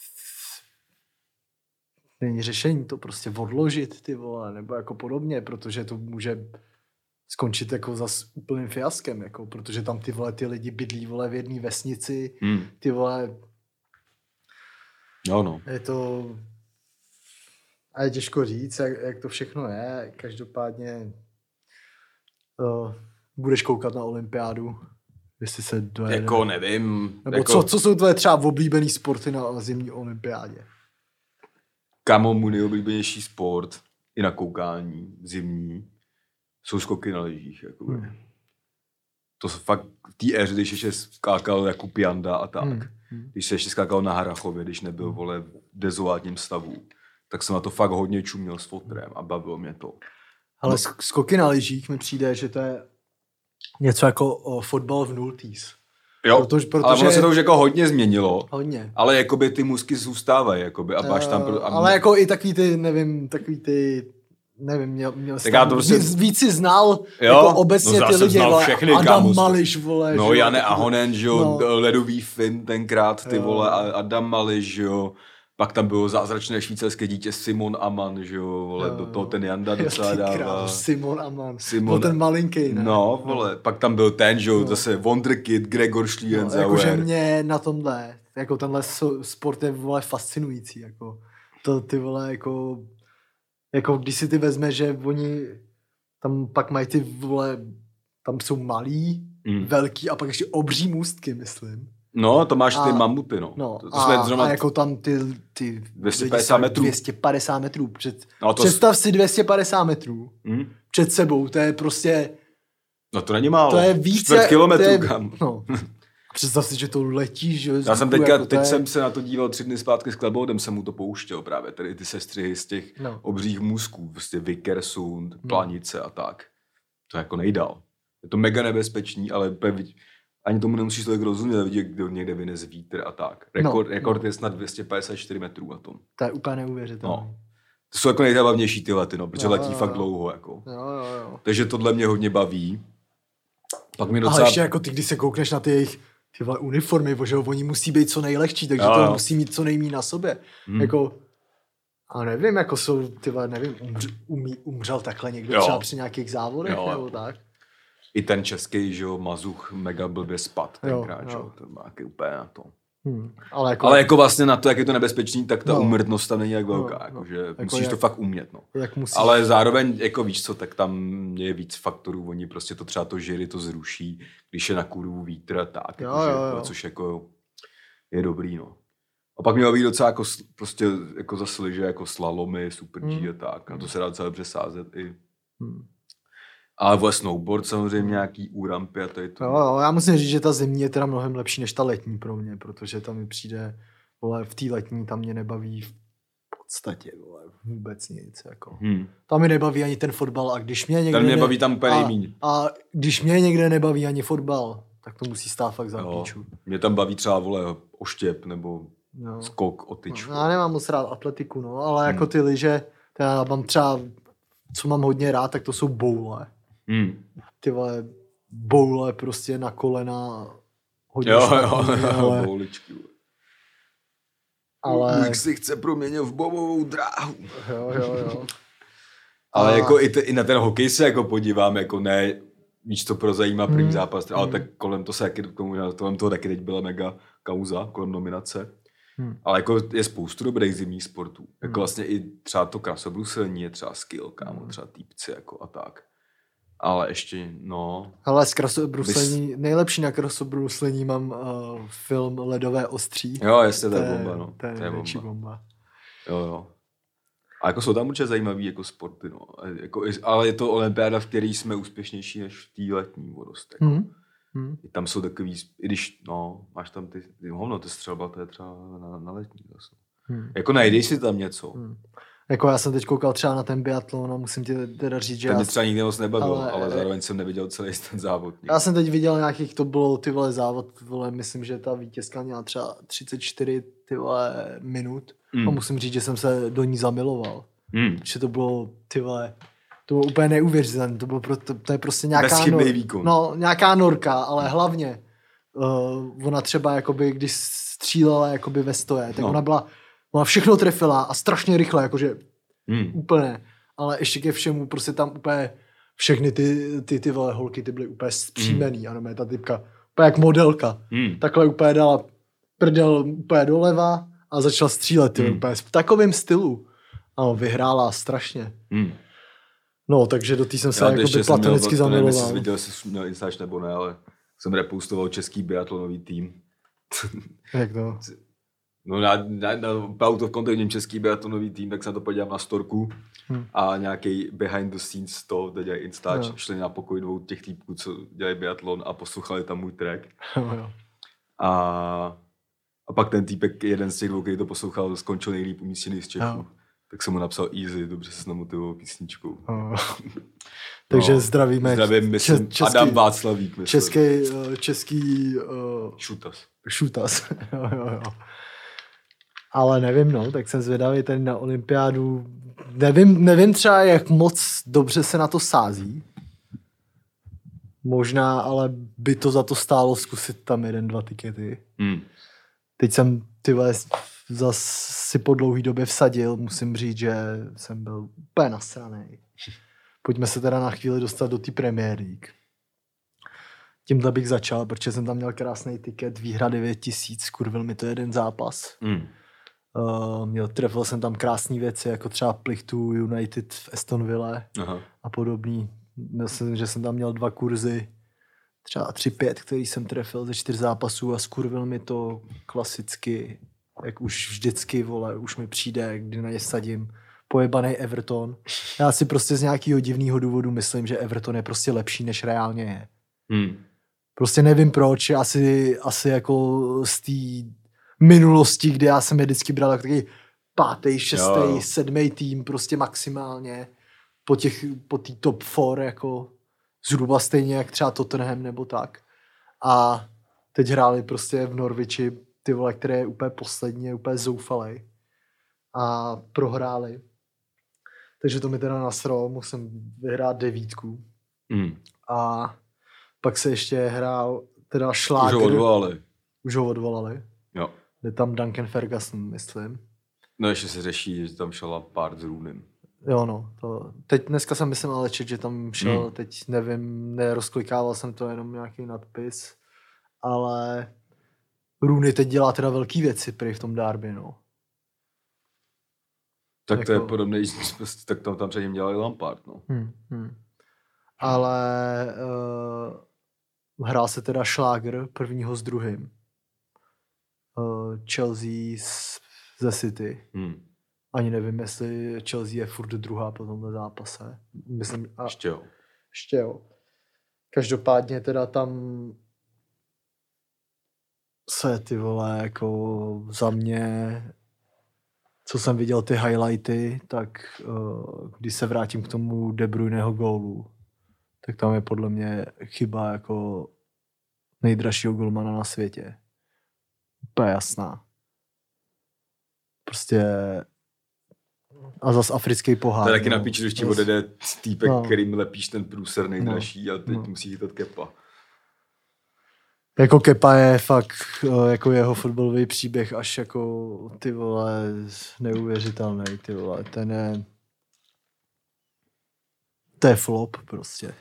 není řešení to prostě odložit, ty vole, nebo jako podobně, protože to může skončit jako zas úplným fiaskem, jako, protože tam ty vole, ty lidi bydlí, vole, v jedné vesnici, mm. ty vole, no, no. je to a je těžko říct, jak, jak to všechno je. Každopádně uh, budeš koukat na olympiádu, jestli se dojede. Jako nevím. Nebo jako... co, co jsou tvoje třeba oblíbený sporty na zimní olympiádě? Kámo, můj nejoblíbenější sport i na koukání zimní jsou skoky na lyžích. Hmm. To jsou fakt v té éře, když ještě skákal Jakub Janda a tak. Hmm. Když se ještě skákal na Harrachově, když nebyl, vole, v dezolátním stavu. Tak jsem na to fakt hodně čuměl s fotrem a bavilo mě to. Ale no. skoky na lyžích mi přijde, že to je něco jako o, fotbal v nultýs. Jo, protože, protože... ale ono se to už jako hodně změnilo. Hodně. Ale jakoby ty musky zůstávají, jakoby, a máš tam... Pro, a ale mě... jako i takový ty, nevím, takový ty... Nevím, měl, měl tak tam, prostě... víc si znal jo? Jako obecně no, ty lidi, vole, všechny, Adam Mališ, vole. No, Jane Ahonen, že jo, no. Ledový Fin tenkrát, ty jo. vole, Adam Mališ, že jo. Pak tam bylo zázračné švýcarské dítě Simon Aman, že jo, vole, jo. Do toho ten Janda docela dává. Simon Aman, Simon... byl ten malinký, ne? No, vole, no. Pak tam byl ten, že jo, no. zase Wonderkid, Gregor Schlierenzauer. No, jakože mě na tomhle, jako tenhle sport je, vole, fascinující, jako, to ty, vole, jako, jako když si ty vezmeš, že oni tam pak mají ty, vole, tam jsou malí, mm. velký a pak ještě obří můstky, myslím. No, to máš ty a, mamuty, no. no to, to a, jsme zrovna... a jako tam ty, ty dvě stě padesát metrů. dvě stě padesát metrů. Před, no, to představ si dvě stě padesát metrů mm. před sebou, to je prostě... No to není málo. To je víc... čtvrt kilometru, kam. No. představ si, že to letíš, že Já jsem teďka, jako teď je... jsem se na to díval tři dny zpátky s Kleboudem, jsem mu to pouštěl právě, tady ty sestřihy z těch no. obřích můzků, prostě Vikersund, Planice no. a tak. To jako nejdál. Je to mega nebezpečný, ale ani tomu nemusíš tolik rozumět, ale vidět, kdo někde vynes vítr a tak. Rekord, no, rekord no. je snad dvě stě padesát čtyři metrů na tom. To je úplně neuvěřitelné. No. To jsou jako nejzábavnější ty lety, no, protože jo, letí jo, fakt jo. dlouho. Jako. Jo, jo, jo. Takže tohle mě hodně baví. Pak mě docela... Ale ještě jako ty, když se koukneš na ty jejich ty uniformy, bože, oni musí být co nejlehčí, takže jo, to jo. musí mít co nejmí na sobě. Hmm. Jako, a nevím, jako jsou, tyhle, nevím, umř, umí, umřel takhle někdo jo. třeba při nějakých závodech, jo. nebo tak. I ten český, že jo, Mazuch mega blbě spad tenkrát, že jo, to má jaký úplně na to. Hmm. Ale, jako, Ale jako vlastně na to, jak je to nebezpečný, tak ta no. úmrtnost tam není jak velká, no, jako, že jako musíš jak, to fakt umět, no. Ale zároveň, jako víš co, tak tam je víc faktorů, oni prostě to třeba to žiry to zruší, když je na kurvu vítr, tak, jo, jako, jo, jo. což jako je dobrý, no. A pak mě baví docela jako, prostě jako za sliže, jako slalomy, super G hmm. a tak, na to se dá docela dobře sázet i. Hmm. Ale vole snowboard samozřejmě nějaký úrampy a tady to. Jo, jo, já musím říct, že ta zimní je teda mnohem lepší než ta letní pro mě, protože tam mi přijde, vole, v té letní tam mě nebaví v podstatě, vole, vůbec nic, jako. Hmm. Tam mi nebaví ani ten fotbal a když mě někde... Tam mě nebaví tam úplně nejmíň. A když mě někde nebaví ani fotbal, tak to musí stát fakt za píču. Mě tam baví třeba, vole, oštěp nebo no. skok o tyčku. No, já nemám moc rád atletiku, no, ale hmm. jako ty lyže, já mám třeba, co mám hodně rád, tak to jsou boule. Hmm. Ty vole, boule prostě na kolena hodně jo, špatný, jo, ale... bouličky. Ale... Mých si chce proměnit v bobovou dráhu. Jo, jo, jo. Ale a... jako i, te, i na ten hokej se jako podívám, jako ne, víš, co pro zajímá první hmm. zápas, ale hmm. tak kolem toho se taky, kolem toho taky teď byla mega kauza, kolem nominace. Hmm. Ale jako je spoustu dobrých zimních sportů. Jako hmm. vlastně i třeba to krasobruslení je třeba skill, kámo, třeba týpci jako a tak. Ale ještě, no... Ale z krasobruslení, bys... nejlepší na krasobruslení mám uh, film Ledové ostří. Jo, jestli to je bomba, no. To je největší bomba. bomba. Jo, jo. A jako jsou tam určitě zajímavý jako sporty, no. Jako, ale je to olympiáda, v které jsme úspěšnější než v té letní vodost. Jako. Hmm. Hmm. Tam jsou takový, i když, no, máš tam ty, ty hovno, ty střelba, to je třeba na, na letní zase. Hmm. Jako najdeš si tam něco. Hmm. Jako já jsem teď koukal třeba na ten biatlon a musím ti teda říct, že... Ten mě třeba nikdy moc nebavil, ale, ale zároveň jsem neviděl celý ten závod. Já jsem teď viděl nějakých, to bylo ty vole závod, vole, myslím, že ta vítězka měla třeba třicet čtyři ty vole minut mm. a musím říct, že jsem se do ní zamiloval. Mm. Že to bylo ty vole, to bylo úplně neuvěřitelné, to bylo pro, to, to je prostě nějaká nor, výkon. No, nějaká norka, ale hlavně uh, ona třeba jakoby, když střílela jakoby ve stoje, tak no. ona byla Ona všechno trefila a strašně rychle, jakože hmm. úplně. Ale ještě ke všemu, prostě tam úplně všechny ty, ty, ty vole holky, ty byly úplně zpříjmený. Hmm. Ano, ta typka, úplně jak modelka. Hmm. Takhle úplně dala prdel úplně doleva a začala střílet, hmm. úplně v takovém stylu. Ano, vyhrála strašně. Hmm. No, takže do té jsem se jakoby platonicky zamiloval. Nevím, jestli viděl, jestli měl Instač nebo ne, ale jsem repostoval český biatlonový tým. Jak to? No na, na, na out of content český biatlonový tým, tak se na to podívám na storku hmm. a nějaký behind the scenes to, kde dělají Instač, no. šli na pokoj dvou těch týpků, co dělají biatlon a poslouchali tam můj track. No, a, a pak ten týpek, jeden z těch dvou, který to poslouchal, skončil nejlíp umístěný z Čechů. No. Tak jsem mu napsal easy, dobře se namotivoval písničkou. No. Takže no, zdravíme. Zdravím, myslím, český, Adam Václavík. Myslím. Český, český uh, šutas. Šutas, jo, jo, jo. Ale nevím, no, tak jsem zvědavý tady na olympiádu. Nevím, nevím třeba, jak moc dobře se na to sází. Možná, ale by to za to stálo zkusit tam jeden, dva tikety. Hmm. Teď jsem ty vole zas si po dlouhý době vsadil, musím říct, že jsem byl úplně nasranej. Pojďme se teda na chvíli dostat do té Premier League. Tímhle bych začal, protože jsem tam měl krásný tiket, výhra devět tisíc, skurvil mi to jeden zápas. Hmm. Uh, měl, trefil jsem tam krásné věci, jako třeba Plichtu United v Astonville a podobný. Myslím, že jsem tam měl dva kurzy, třeba tři pět, který jsem trefil ze čtyř zápasů a skurvil mi to klasicky, jak už vždycky, vole, už mi přijde, kdy na ně sadím, pojebanej Everton. Já si prostě z nějakého divného důvodu myslím, že Everton je prostě lepší, než reálně je. Hmm. Prostě nevím proč, asi, asi jako z té minulosti, kdy já jsem je vždycky bral jako takový pátý, šestý, sedmý tým, prostě maximálně po těch, po té top four, jako zhruba stejně jak třeba Tottenham nebo tak. A teď hráli prostě v Norwichi, ty vole, které je úplně poslední, úplně zoufalej. A prohráli. Takže to mi teda nasralo, musím vyhrát devítku. Mm. A pak se ještě hrál teda Šláger. Už ho odvolali. Už ho odvolali. Jo. Je tam Duncan Ferguson, myslím. No ještě se řeší, že tam šel pár s Roonem. Jo no, to, teď dneska jsem myslím ale čet, že tam šel, hmm. teď nevím, nerozklikával jsem to, jenom nějaký nadpis, ale Rooney teď dělá teda velký věci prý v tom derby, no. Tak jako... to je podobný, tak tam, tam před ním dělali Lampard, no. Hmm, hmm. Ale uh, hrál se teda Šláger prvního s druhým. Uh, Chelsea z, ze City. Hmm. Ani nevím, jestli Chelsea je furt druhá po tomhle zápase. Myslím, a... Ještě jo. Ještě jo. Každopádně teda tam se ty vole, jako za mě, co jsem viděl ty highlighty, tak uh, když se vrátím k tomu De Bruyneho gólu, tak tam je podle mě chyba jako nejdražšího golmana na světě. Úplně jasná. Prostě a zas africký pohár. To je taky no. na píči, když ti odjede týpek, no. kterým lepíš ten průser nejdražší no. a teď no. musí chytat Kepa. Jako Kepa je fakt jako jeho fotbalový příběh až jako ty vole neuvěřitelný, ty vole. Ten je to je flop prostě.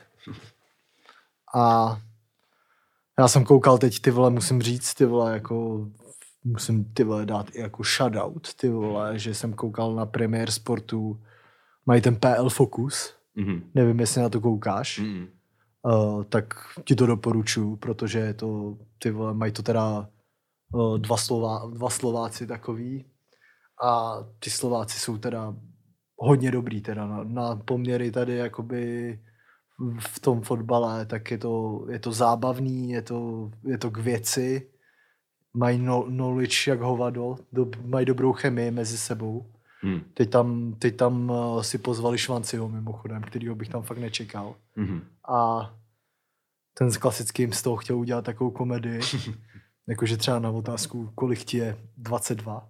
A já jsem koukal teď, ty vole, musím říct, ty vole, jako musím ty vole dát i jako shoutout, ty vole, že jsem koukal na Premier Sportu, mají ten P L Focus, mm-hmm. nevím, jestli na to koukáš, mm-hmm. uh, tak ti to doporučuji, protože je to, ty vole, mají to teda uh, dva, Slová, dva Slováci takový a ty Slováci jsou teda hodně dobrý teda na, na poměry tady jakoby v tom fotbale, tak je to, je to zábavný, je to, je to k věci, mají no, knowledge jak hovado, do, mají dobrou chemii mezi sebou. Hmm. Teď tam, teď tam uh, si pozvali Švanciho mimochodem, kterýho bych tam fakt nečekal. Hmm. A ten s klasickým z toho chtěl udělat takovou komedii, jakože třeba na otázku, kolik ti je dvacet dva.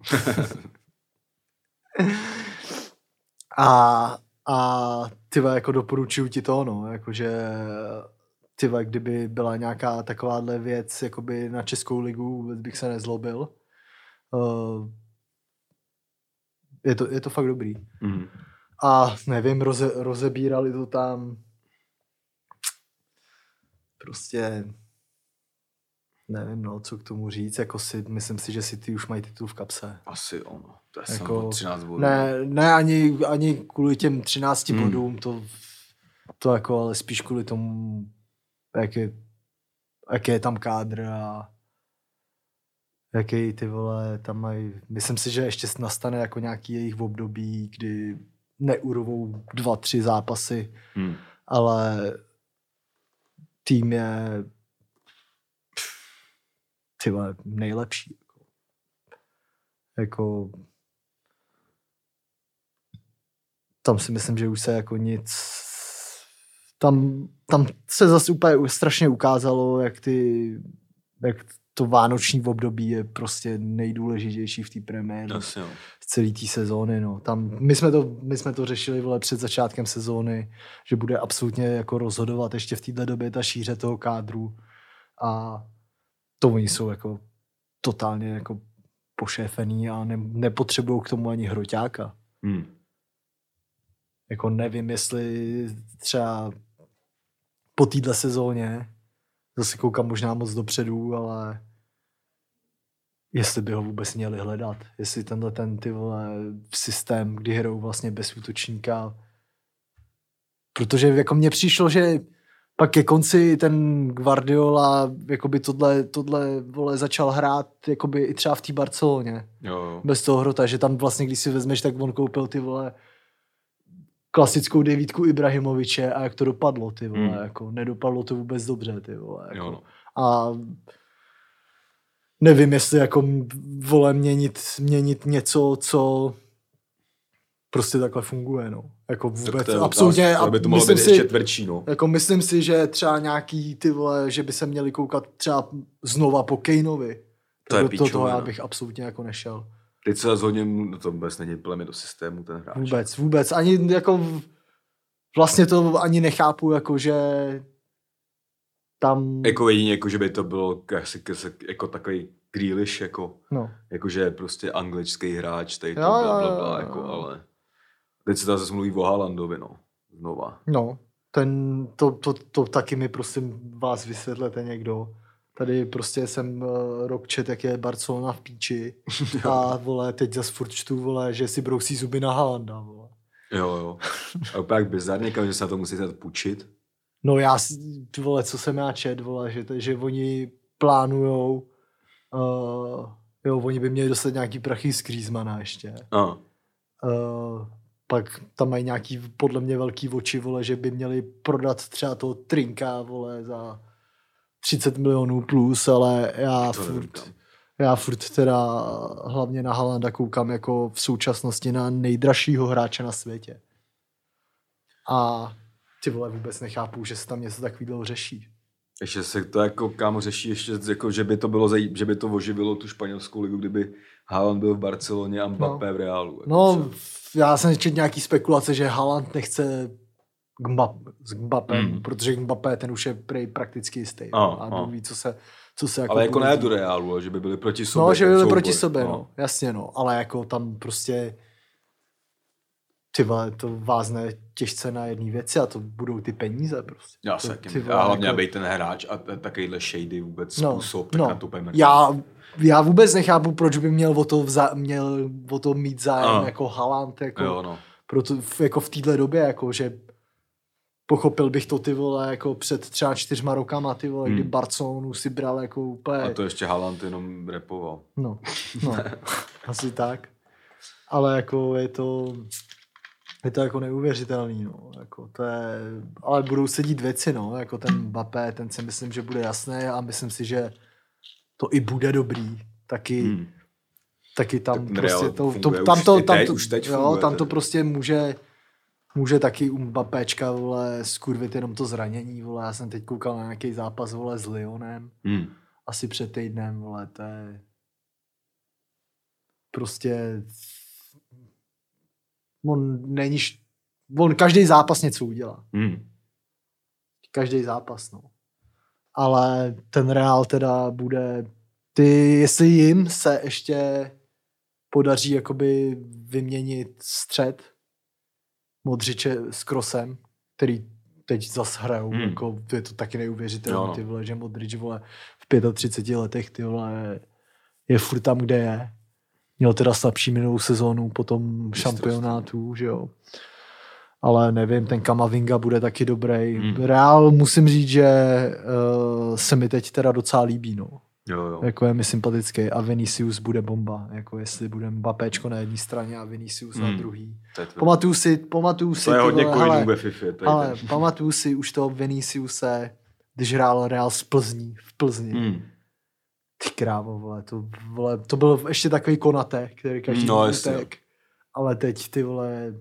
a A tyva, jako doporučuju ti to, no, jakože tyva, kdyby byla nějaká takováhle věc, jakoby na Českou ligu, vůbec bych se nezlobil. Uh, je, to, je to fakt dobrý. Mm. A nevím, roze, rozebírali to tam prostě nevím, no, co k tomu říct, jako si, myslím si, že si ty už mají titul v kapse. Asi ono, to je jako, třináct bodů. Ne, ne ani, ani kvůli těm třinácti hmm. bodům, to, to jako, ale spíš kvůli tomu, jak je, jak je tam kádr a jaký ty vole tam mají, myslím si, že ještě nastane jako nějaký jejich období, kdy neurvou dva, tři zápasy, hmm. ale tým je ty vole, nejlepší. Jako, jako tam si myslím, že už se jako nic tam, tam se zase úplně strašně ukázalo, jak ty jak to vánoční období je prostě nejdůležitější v té Premier z celé té sezóny. No. Tam, my, jsme to, my jsme to řešili vole, před začátkem sezóny, že bude absolutně jako rozhodovat ještě v této době ta šíře toho kádru a to oni jsou jako totálně jako pošéfený a ne, nepotřebují k tomu ani hroťáka. Hmm. Jako nevím, jestli třeba po téhle sezóně, zase koukám možná moc dopředu, ale jestli by ho vůbec měli hledat. Jestli tenhle ten ty vole systém, kdy hrajou vlastně bez útočníka. Protože jako mně přišlo, že pak ke konci ten Guardiola jakoby tohle, tohle vole, začal hrát jakoby i třeba v té Barceloně. Jo, jo. Bez toho hrota, že tam vlastně, když si vezmeš, tak on koupil ty vole klasickou devítku Ibrahimoviče a jak to dopadlo, ty vole, hmm. jako nedopadlo to vůbec dobře, ty vole, jako. Jo, no. A nevím, jestli jako vole měnit, měnit něco, co prostě takhle funguje, no. Jako vůbec, absolutně. Aby to mohlo být si, ještě tvrdší, no. Jako myslím si, že třeba nějaký ty vole, že by se měli koukat třeba znova po Kaneovi. To je to, toho já bych absolutně jako nešel. Teď se zhodně, no to vůbec není plně do systému ten hráč. Vůbec, vůbec. Ani jako vlastně to ani nechápu, jako že tam... Jako jedině, jako že by to bylo kasi, kasi, jako takový Grealish, jako, no. jako že prostě anglický hráč, tady to jo, bla, bla, jo, bla, jo, jako, jo. ale teď se zase mluví o Haalandovi, no, znova. No, ten, to, to, to taky mi prosím vás vysvětlete někdo. Tady prostě jsem uh, rok čet, jak je Barcelona v píči a vole, teď zase furt čtu, vole, že si brousí zuby na Haalanda, vole. Jo, jo. A úplně jak bizarně, že se na to musíte půjčit. No já, vole, co jsem já čet, vole, že, že oni plánujou, uh, jo, oni by měli dostat nějaký prachy z Griezmana ještě. A. Uh, pak tam mají nějaký, podle mě, velký oči, vole, že by měli prodat třeba toho Trinka, vole, za třicet milionů plus, ale já furt, já furt teda hlavně na Haalanda koukám jako v současnosti na nejdražšího hráče na světě. A ty vole vůbec nechápu, že se tam něco takového řeší. Ještě se to jako kámo řeší, ještě jako, že by to bylo, zaj... že by to oživilo tu španělskou ligu, kdyby Haaland byl v Barceloně a Mbappé no. v Reálu. Jako no, co? Já jsem četl nějaký spekulace, že Haaland nechce k Mbappé, s Mbappém, mm. protože Mbappé ten už je prej prakticky jistý. A, a a. ví, co se, co se jako... Ale jako ne do Reálu, že by byli proti sobě. No, že by byli proti sobě, no. no. Jasně, no. Ale jako tam prostě ty vole, to vázne těžce na jedné věci a to budou ty peníze prostě. Já se taky a hlavně jako... být ten hráč a takovýhle shady vůbec no, způsob, tak no. na to pojme. Já, já vůbec nechápu, proč by měl o to, vza, měl o to mít zájem a. jako Haaland, jako, jo, no. proto, jako v téhle době, jako, že pochopil bych to, ty vole, jako před třeba čtyřma rokama, ty vole, hmm. kdy Barcelonu si bral jako úplně... A to ještě Haaland jenom repoval. No, no, asi tak. Ale jako je to... Je to jako neuvěřitelný, no. Jako to je, ale budou se dít věci, no. Jako ten Mbappé, ten si myslím, že bude jasný a myslím si, že to i bude dobrý. Taky, hmm. taky tam tak prostě to, to, tam to, tam to, teď, jo, funguje, tam to prostě může, může taky u Mbappéčka, vole, skurvit jenom to zranění, vole. Já jsem teď koukal na nějaký zápas, vole, s Lyonem. Hmm. Asi před týdnem, vole, to je prostě... On není, on každý zápas něco udělá. Hmm. Každý zápas, no. Ale ten Real teda bude, ty, jestli jim se ještě podaří jakoby vyměnit střed Modřiče s Krosem, který teď zas hrajou, hmm. jako je to taky neuvěřitelné, no. Ty vole, že Modrič, vole, v třiceti pěti letech, ty vole, je furt tam, kde je. Měl teda slabší minulou sezónu po tom šampionátu, že jo. Ale nevím, ten Kamavinga bude taky dobrý. Hmm. Real musím říct, že uh, se mi teď teda docela líbí, no. Jo, jo. Jako je mi sympatický a Vinicius bude bomba. Jako jestli bude Mbappéčko na jedné straně a Vinicius hmm. na druhý. Pamatuju si, pamatuju si. To je hodně coinů ve FIFA. Ale pamatuju si už toho Viniciuse, když hrál Real z Plzní, v Plzni. Hmm. Ty krávo, vole, to, vole, to byl ještě takový Konaté, který každý no, utek. Ale teď, ty vole,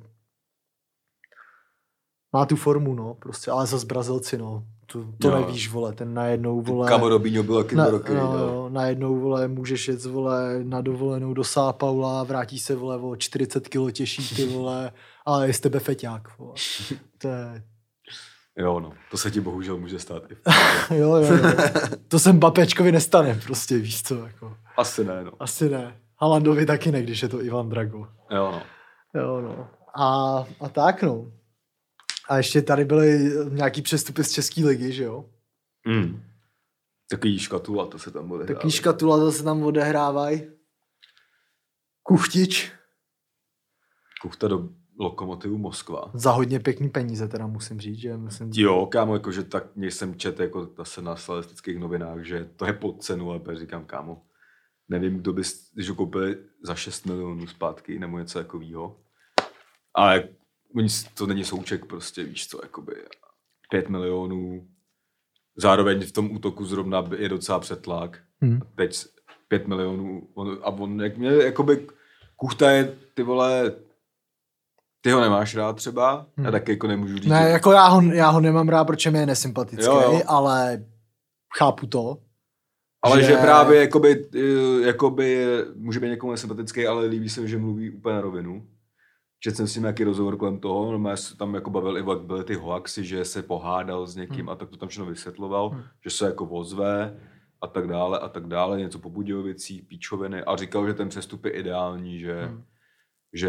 má tu formu, no, prostě, ale zas Brazilci, no, to, to no. Nevíš, vole, ten najednou, vole... Kamo Robinho byl taky na, roky, no, no. Najednou, vole, můžeš jet, vole, na dovolenou do São Paula, vrátí se, vole, o čtyřicet kilo těžší, ty vole, ale je z tebe feťák, vole. To je... Jo, no, to se ti bohužel může stát. jo, jo, jo. To se Mbappéčkovi nestane, prostě, víš co, jako. Asi ne, no. Asi ne. Haalandovi taky ne, když je to Ivan Drago. Jo, no. Jo, no. A, a tak, no. A ještě tady byly nějaký přestupy z České ligy, že jo? Mm. Takový škatula, to se tam odehrávají. Takový škatula, to se tam odehrávají. Kuchtič. Kuchta do Lokomotivu Moskva. Za hodně pěkný peníze, teda musím říct, že myslím... Jo, kámo, jakože tak jsem čet jako zase na statistických novinách, že to je pod cenu, ale říkám, kámo, nevím, kdo by, když ho koupili za šest milionů zpátky, nebo něco takového. Ale to není souček prostě, víš co, jakoby pět milionů zároveň v tom útoku zrovna je docela přetlak. Hmm. Teď pět milionů. On, a on, jak mě, jakoby, Kuchta je, ty vole, ty ho nemáš rád třeba? Hmm. Já taky jako nemůžu říct. Ne, jako já ho, já ho nemám rád, protože mi je nesympatický, jo, jo. Ale chápu to. Ale že, že právě jakoby, jakoby může být někomu nesympatický, ale líbí se mi, že mluví úplně na rovinu. Četl jsem s ním nějaký rozhovor kolem toho, no se tam jako bavil i byly ty hoaxy, že se pohádal s někým hmm. a tak to tam všechno vysvětloval, hmm. že se jako ozve a tak dále a tak dále, něco po Budějovicích, píčoviny a říkal, že ten přestup je ideální, že, hmm. že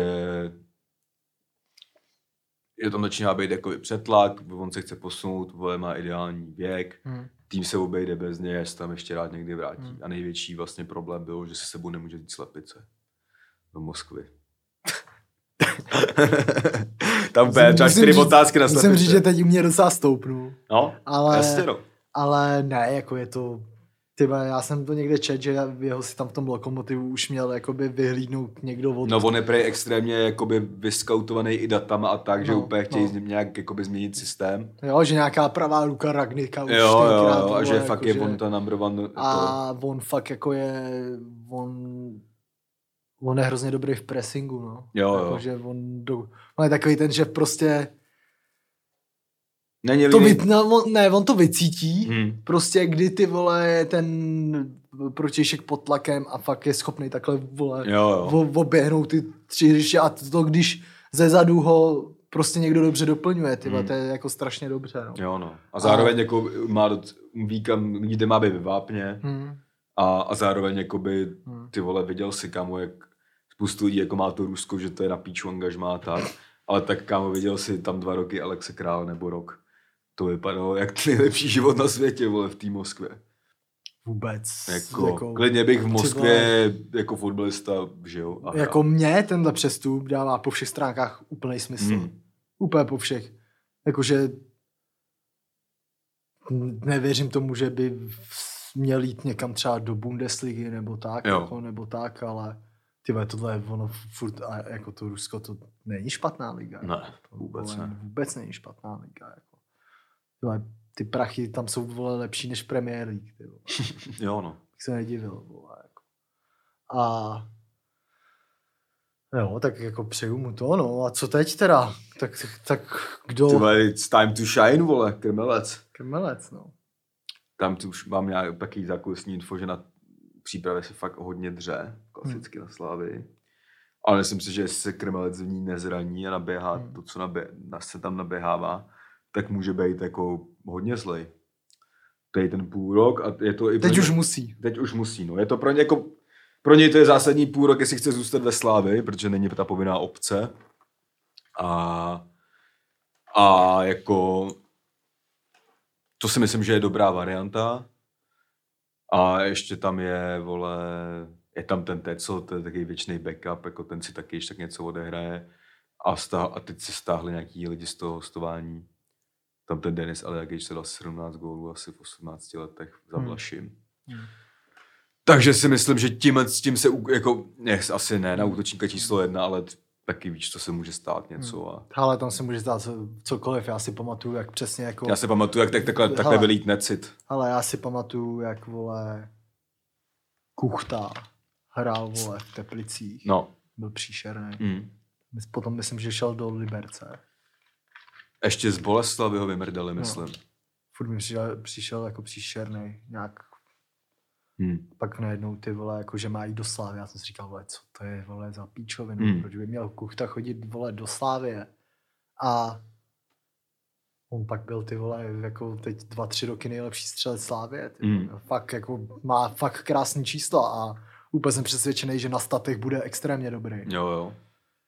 je tam začíná být jako přetlak, on se chce posunout, vole má ideální věk, hmm. tým se obejde bez něj, až se tam ještě rád někdy vrátí. Hmm. A největší vlastně problém byl, že si sebou nemůže jít slepice do Moskvy. Tam bude třeba čtyři otázky na slepice. Musím říct, že teď u mě docela stoupnu. No, ale, jasně no. Ale ne, jako je to... Tyba, já jsem to někde čet, že jeho si tam v tom Lokomotivu už měl jakoby vyhlídnout někdo od... No on je prej extrémně jakoby vyskautovaný i datama a tak, no, že úplně chtějí no. nějak jakoby změnit systém. Jo, že nějaká pravá ruka Ragnika už jo, jo, jo, a že jako fakt je že... on ta number one. A to... on fakt jako je... On... On je hrozně dobrý v pressingu, no. Jo, jako, jo. Že on, do... on je takový ten, že prostě... Není to vy, no, on, ne, on to vycítí, hmm. prostě kdy ty vole je ten protějšek pod tlakem a fakt je schopný takhle vole jo, jo. oběhnout ty tři hřiště a to, když ze zadu ho prostě někdo dobře doplňuje, tyhle, hmm. to je jako strašně dobře. No. Jo, no. A zároveň a... jako má, ví kam, kde má být ve vápně hmm. a, a zároveň jakoby hmm. ty vole viděl si kámo, jak spoustu lidí jako má to Rusko, že to je na píču angažmá tak, ale tak kámo viděl si tam dva roky Alexe Král nebo rok. To vypadalo jak nejlepší život na světě, vole, v té Moskvě. Vůbec. Jako, jako, klidně bych v Moskvě vole, jako fotbalista žil. A jako mě tenhle přestup dává po všech stránkách úplný smysl. Hmm. Úplně po všech. Jakože nevěřím tomu, že by měl jít někam třeba do Bundesligy nebo tak, jako, nebo tak, ale tyhle, tohle je ono furt, a jako to Rusko, to není špatná liga. Ne, vůbec to, ne. Vůbec není špatná liga, jako. Ty prachy tam jsou vole lepší než Premier League. Ty vole. Jo, no. Tak se nedivil. Vole, jako. A jo, tak jako přeju mu to, no. A co teď teda? Tak, tak kdo... Tyhle, it's time to shine, vole, Krmelec. Krmelec, no. Tam už mám nějaký takový zákulisní info, že na přípravě se fakt hodně dře, klasicky hmm. na Slávii. Ale myslím si, že jestli se Krmelec v ní nezraní a naběhá hmm. to, co nabě, se tam naběhává, tak může být jako hodně zlej. Teď ten půl rok a je to i teď ně, už musí. Teď už musí, no. Je to pro ně jako, pro něj to je zásadní půl rok, jestli chce zůstat ve Slávii, protože není ta povinná opce. A, a jako to si myslím, že je dobrá varianta. A ještě tam je, vole, je tam ten Tecel, to je takový věčný backup, jako ten si taky ještě tak něco odehraje. A, stá, a teď se stáhli nějaký lidi z toho hostování. Tam ten Denis Aliagič se dal sedmnáct gólů asi v osmnácti letech za Vlašim. Hmm. Hmm. Takže si myslím, že tím, s tím se, jako, ne, asi ne na útočníka číslo jedna, ale taky víš, co se může stát něco. A... Ale tam se může stát cokoliv, já si pamatuju, jak přesně jako... Já si pamatuju, jak tak, takhle, takhle vylít necit. Ale já si pamatuju, jak, vole, Kuchta hrál, vole, v Teplicích. No. Byl příšerný. Mm. Potom myslím, že šel do Liberce. Ještě z Boleslavy ho vymrdali, myslím. No. Furt mi přišel, přišel jako příšerný, nějak. Hmm. Pak najednou ty vole, jako že má jít do Slávy. Já jsem si říkal, vole, co to je, vole, za píčovinu, hmm. proč by měl Kuchta chodit, vole, do Slávie. A on pak byl, ty vole, jako teď dva, tři roky nejlepší střelec Slávie. Ty, hmm. Fakt, jako, má fakt krásný číslo a úplně jsem přesvědčený, že na statech bude extrémně dobrý. Jo, jo.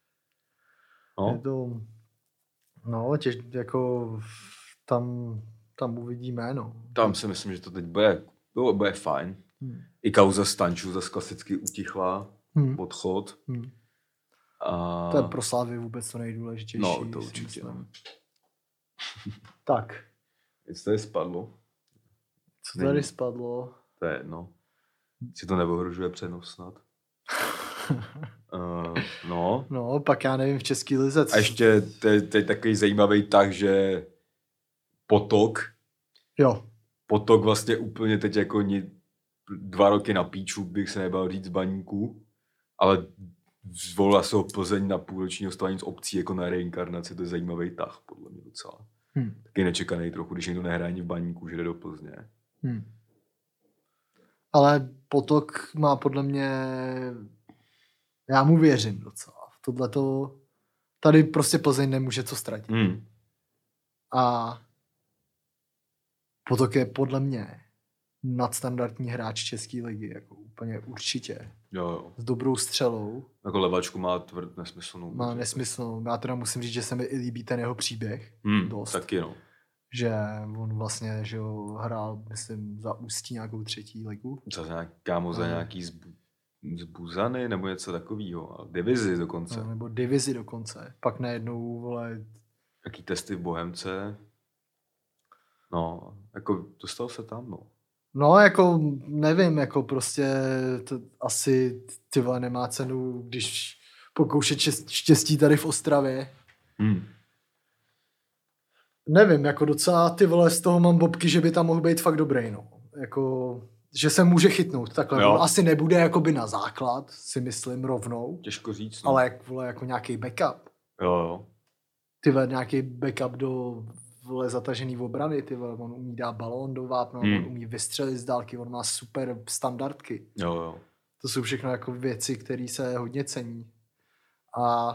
No. Je to, no, těž, jako tam, tam uvidíme, no. Tam si myslím, že to teď bude, to bude fajn. Hmm. I kauza Stančů zase klasicky utichla, hmm. odchod. Hmm. A... To je pro Slávy vůbec to nejdůležitější. No, to určitě. Tak. Co tady spadlo? Co tady Není. spadlo? To je jedno. Si to neohrožuje přenos snad. uh, no. No, pak já nevím v český lize. A ještě teď te, takový zajímavý tak, že Potok jo. Potok vlastně úplně teď jako ni, dva roky na píču bych se nebal říct z Baníku, ale zvolila se ho Plzeň na půlroční hostování z obcí jako na reinkarnaci, to je zajímavý tah, podle mě docela. Hmm. Taky nečekaný trochu, když někdo nehraje ani v Baníku, že jde do Plzně. Hmm. Ale Potok má podle mě, já mu věřím docela. Tohleto, tady prostě Plzeň nemůže co ztratit. Hmm. A Potok je podle mě nadstandardní hráč české ligy, jako úplně určitě. Jo, jo. S dobrou střelou. Jako levačku má tvrd nesmyslnou. Má nesmyslnou. Já teda musím říct, že se mi i líbí ten jeho příběh. Hmm, dost. Taky no. Že on vlastně, že ho hrál, myslím, za Ústí nějakou třetí ligu. Za nějak, kámo, za nějaký zbu, zbuzany nebo něco takového. Divizi dokonce. No, nebo divizi dokonce. Pak najednou, vole... Jaký testy v Bohemce. No, jako dostal se tam, no. No, jako nevím, jako prostě to asi ty vole nemá cenu, když pokoušet štěstí tady v Ostravě. Hmm. Nevím, jako docela ty vole z toho mám bobky, že by tam mohl být fakt dobrý, no. Jako, že se může chytnout takhle. On asi nebude jakoby na základ, si myslím, rovnou. Těžko říct, no. Ale jak, vole, jako nějaký backup. Jo, jo. Ty vole, nějaký backup do vole zatažený obrany, ty vole, on umí dát balón do vápna, hmm. on umí vystřelit z dálky, on má super standardky. Jo, jo. To jsou všechno jako věci, které se hodně cení. A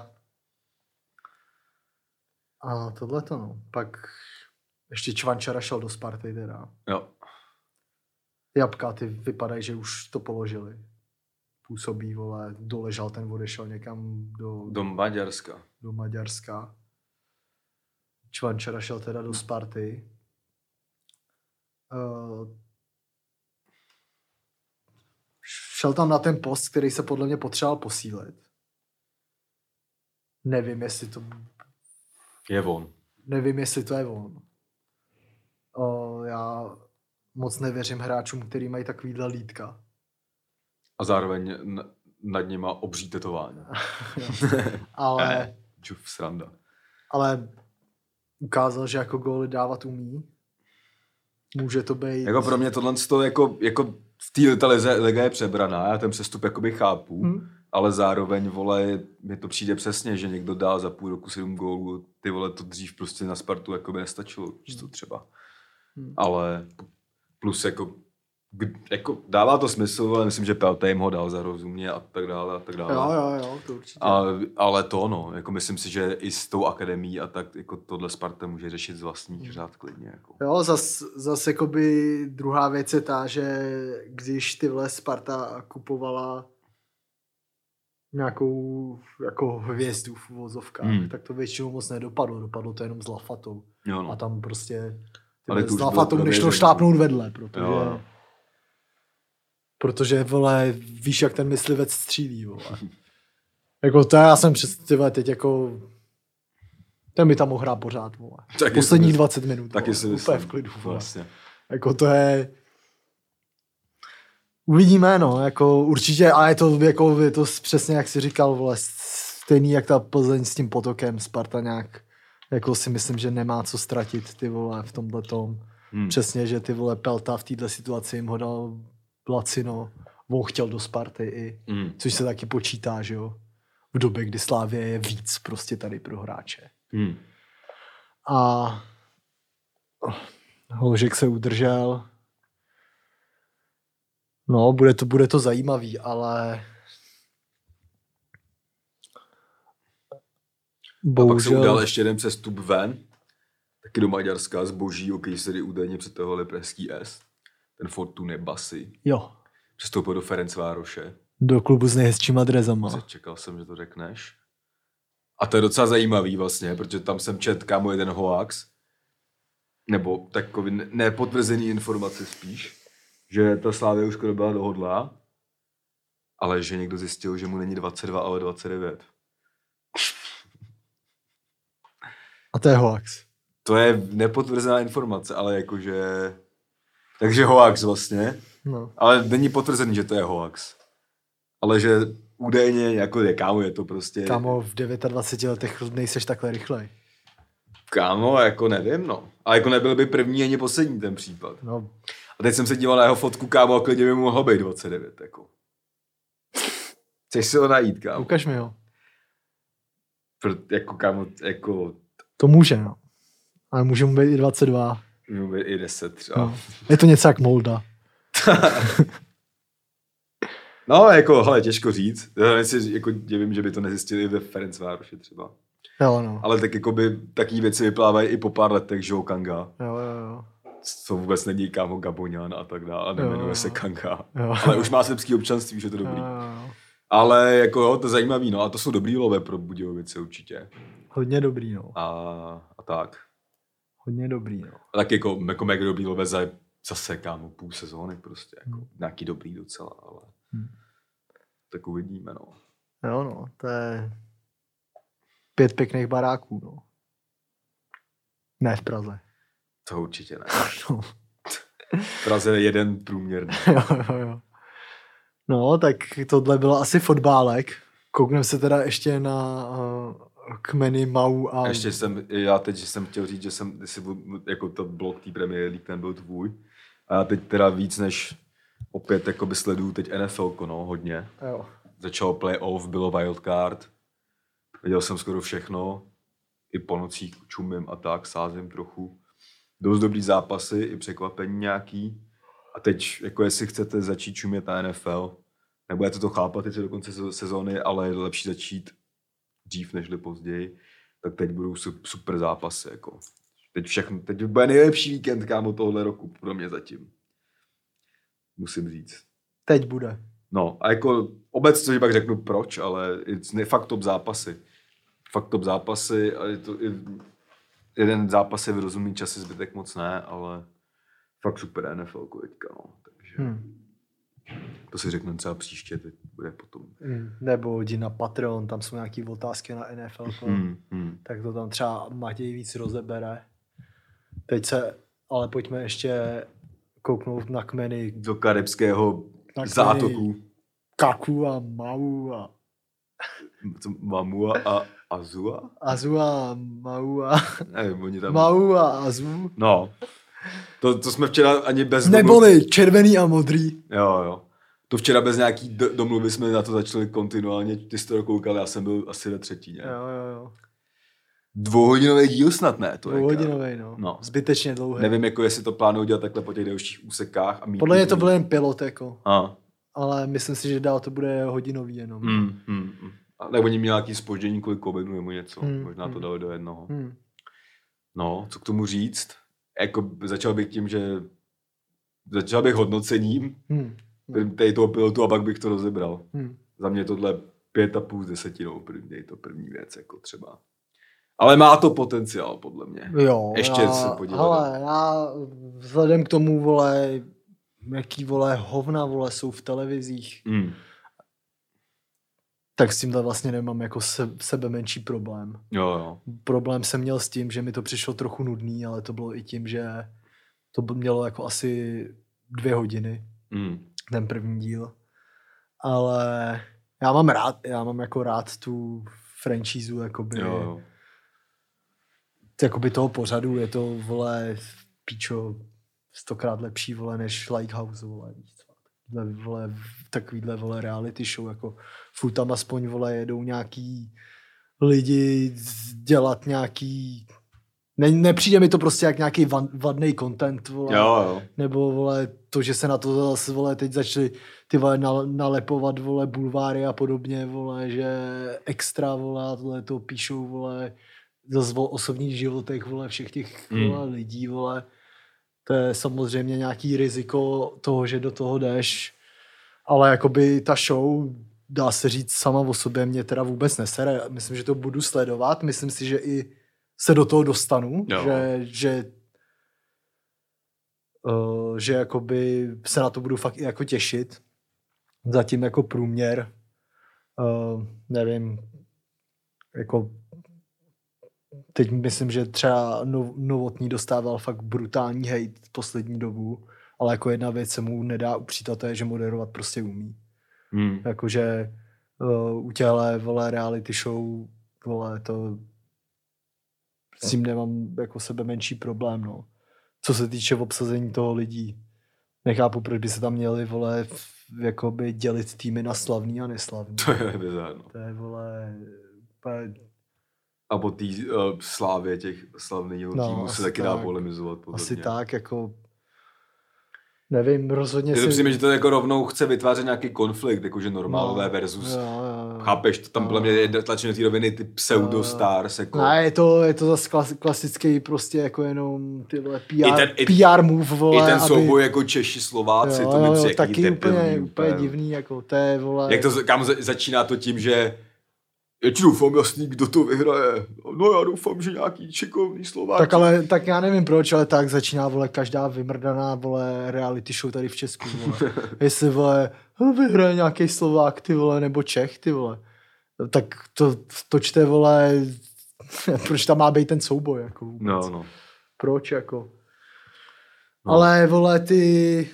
a tohleto, no. Pak ještě Čvančara šel do Sparty teda. Jo. Jabka, ty vypadají, že už to položili. Působí, vole, doležal ten, odešel někam do... Do Maďarska. Do Maďarska. Čvančara šel teda do Sparty. Uh, šel tam na ten post, který se podle mě potřeboval posílit. Nevím, jestli to... Je on. Nevím, jestli to je on. Uh, já moc nevěřím hráčům, který mají takovýhle lídka. A zároveň nad nima obří tetování. Ale... Čuf, sranda. Ale ukázal, že jako góly dávat umí. Může to být... Jako pro mě tohle to jako, jako v této liga je přebraná, já ten přestup jakoby chápu, hmm. ale zároveň, vole, mi to přijde přesně, že někdo dá za půl roku sedm gólů, ty vole, to dřív prostě na Spartu jakoby nestačilo, hmm. to třeba. Hmm. Ale plus jako, jako dává to smysl, ale myslím, že Pelta jim ho dal za rozumně a tak dále a tak dále. Jo, jo, jo, to určitě. A, ale to no, jako myslím si, že i s tou akademií a tak jako tohle Sparta může řešit z vlastních hmm. řád klidně. Jako. Jo, zas, zas jakoby druhá věc je ta, že když tyhle Sparta kupovala nějakou jako hvězdu v uvozovkách, hmm. tak to většinou moc nedopadlo, dopadlo to jenom s Lafatou. Jo, no. A tam prostě s Lafatou nešlo šlápnout vedle, protože... Jo. Protože, vole, víš, jak ten myslivec střílí, vole. Jako to já jsem přes ty vole, teď jako... Ten mi tam mohl hrát pořád, vole. Taky posledních dvacet minut, taky vole. Úplně v klidu, vole. Vlastně. Jako to je... Uvidíme, no, jako určitě, a je to, jako, je to přesně, jak jsi říkal, vole, stejný jak ta Plzeň s tím Potokem, Sparta nějak, jako si myslím, že nemá co ztratit, ty vole, v tomhletom. Hmm. Přesně, že ty vole Pelta v této situaci jim ho dal Lacino, on chtěl do Sparty i, mm. což se taky počítá, že jo, v době, kdy Slavie je víc prostě tady pro hráče. Mm. A Hložek se udržel. No, bude to, bude to zajímavý, ale bohužel... A pak se udal ještě jeden přestup ven, taky do Maďarska, zboží, o který se kdy údajně přetahovali pražský S. Ten Fortune Basy. Jo. Přestoupil do Ferencvároše. Do klubu s nejhezčíma drezama. Čekal jsem, že to řekneš. A to je docela zajímavý vlastně, protože tam jsem četl, kámo, jeden hoax, nebo takový nepotvrzený informace spíš, že ta Slavia už skoro byla dohodlá, ale že někdo zjistil, že mu není dvacet dva, ale dvacet devět. A to je hoax. To je nepotvrzená informace, ale jakože... Takže hoax vlastně. No. Ale není potvrzený, že to je hoax. Ale že údajně, jako je, kámo, je to prostě... Kámo, v dvaceti devíti letech nejseš takhle rychlej. Kámo, jako nevím, no. A jako nebyl by první ani poslední ten případ. No. A teď jsem se díval na jeho fotku, kámo, a klidně by mu mohlo být dvacet devět, jako. Chceš si ho najít, kámo? Ukaž mi ho. Pro, jako, kámo, jako... To může, no. Ale může mu být i dvacet dva. Může mu být i deset třeba. No. Je to něco jak Molda. No, jako, hele, těžko říct. Já si jako divím, že by to nezjistili ve Ferencvároši třeba. Jo, no. Ale tak jako by takové věci vyplávají i po pár letech, že jo, Kanga. Jo, jo, jo. Co vůbec není, kámo, Gabonian a tak dále. A nemenuje jo, se jo. Kanga. Jo. Ale už má srbský občanství, už je to dobrý. Jo, jo. Ale jako jo, to je zajímavý, no. A to jsou dobrý lové pro Budějovice určitě. Hodně dobrý, no. A, a tak. Hodně dobrý, no. A tak jako, jako mega dobrý lové za zase, kámo, půl sezóny prostě. Jako, hmm. Nějaký dobrý docela, ale hmm. tak uvidíme, no. Jo, no, to je pět pěkných baráků, no. Ne v Praze. To určitě ne. No. V Praze je jeden průměrný. jo, jo, jo. No, tak tohle bylo asi fotbálek. Koukneme se teda ještě na uh, kmeny Mau a... Ještě jsem, já teď jsem chtěl říct, že jsem, si, jako to blok té Premier League, ten byl tvůj. A já teď teda víc než opět jakoby sleduju teď N F L, no, hodně. Jo. Začalo playoff, bylo wildcard. Viděl jsem skoro všechno. I po nocích čumím a tak, sázím trochu. Dost dobrý zápasy, i překvapení nějaký. A teď, jako jestli chcete začít čumět na N F L, nebudete to chápat teď do konce sezóny, ale je lepší začít dřív nežli později, tak teď budou super zápasy. Jako. Teď, všechno, teď bude nejlepší víkend, kámo, tohle roku pro mě zatím. Musím říct. Teď bude. No a jako obecně pak řeknu proč, ale je fakt top zápasy. Fakt top zápasy a je to, je, jeden zápas je v rozumný časy, zbytek moc ne, ale fakt super N F L teďka, no. Takže hmm. to si řeknu třeba příště, teď bude potom. Hmm. Nebo jdi na Patreon, tam jsou nějaký otázky na N F L, hmm. Hmm. tak to tam třeba Matěj víc rozebere. Teď se, ale pojďme ještě kouknout na kmeny. Do karibského zátoku. Kaku a Mau a... Mamua a Azua? Azua, Mau a... Nevím, oni tam... Mau a Azu. No. To, to jsme včera ani bez... Neboli domluv... červený a modrý. Jo, jo. To včera bez nějaký do, domluvy jsme na to začali kontinuálně. Ty jsi to koukal, já jsem byl asi ve třetině. Jo, jo, jo. Dvouhodinový díl snad ne, to Dvouhodinový, no. no. Zbytečně dlouhý. Nevím, jako jestli to plánují dělat takhle po těch dalších úsekách. A mít podle mě to byl jen pilot, jako. A. Ale myslím si, že dál to bude hodinový jenom. Mm, mm, mm. Nebo oni měli nějaký zpoždění kvůli covidu nebo něco. Hmm, Možná to hmm. dali do jednoho. Hmm. No, co k tomu říct? Jako začal bych tím, že začal bych hodnocením hmm. tady toho pilotu a pak bych to rozebral. Hmm. Za mě tohle pět a půl z desetinou první, to první věc, jako třeba. Ale má to potenciál, podle mě. Jo, ještě já, se podívat. Ale já vzhledem k tomu, vole, jaký, vole, hovna, vole, jsou v televizích, hmm. tak s tímhle vlastně nemám jako se, sebe menší problém. Jo, jo. Problém jsem měl s tím, že mi to přišlo trochu nudný, ale to bylo i tím, že to mělo jako asi dvě hodiny, mm. ten první díl. Ale já mám rád, já mám jako rád tu franchízu, jakoby, jo, jo. jakoby toho pořadu, je to, vole, píčo, stokrát lepší, vole, než Lighthouse, vole, vole, takovýhle, vole, reality show, jako furt tam aspoň, vole, jedou nějaký lidi dělat nějaký, ne, nepřijde mi to prostě jak nějaký van, vadnej content, vole, jo, jo. nebo, vole, to, že se na to zase, vole, teď začali ty, vole, nalepovat, vole, bulváry a podobně, vole, že extra, vole, a tohle to píšou, vole, zase o osobních životech, vole, všech těch, mm. vole, lidí, vole. To je samozřejmě nějaký riziko toho, že do toho jdeš, ale jakoby ta show, dá se říct, sama o sobě mě teda vůbec nesere. Myslím, že to budu sledovat, myslím si, že i se do toho dostanu, jo. že, že, uh, že jakoby se na to budu fakt i jako těšit. Zatím jako průměr, uh, nevím, jako teď myslím, že třeba Novotný dostával fakt brutální hejt poslední dobu, ale jako jedna věc se mu nedá upřít a to je, že moderovat prostě umí. Hmm. Jakože uh, u těhle, vole, reality show, vole, to s tím nemám jako sebe menší problém, no. Co se týče obsazení toho lidí. Nechápu, proč by se tam měli, vole, jakoby dělit týmy na slavný a neslavný. To je bizarno. To je, vole, úplně... A po té uh, slávě těch slavného no, týmu se taky tak, dá polemizovat. Asi tak, jako... Nevím, rozhodně si... si... Myslím, že to jako rovnou chce vytvářet nějaký konflikt, jakože normálové no, versus... Jo, jo, jo. Chápeš, to tam no. bylo mě tlačené ty roviny, ty pseudostars, jako... Ne, je to, je to zase klas, klasický prostě jako jenom tyhle P R, I ten, i, P R move, vole, i ten aby... souboj jako Češi, Slováci, jo, to mi jo, přijde taky debilní, úplně, úplně divný, jako to je, vole... Jak to, kam začíná to tím, že já ti doufám jasný, kdo to vyhraje. No já doufám, že nějaký šikovný Slovák. Tak ale, tak já nevím proč, ale tak začíná, vole, každá vymrdaná, vole, reality show tady v Česku, vole. Jestli, vole, vyhraje nějaký Slovák, ty vole, nebo Čech, ty vole. Tak to točte, vole, proč tam má být ten souboj, jako vůbec. No, no. Proč, jako. No. Ale, vole, ty,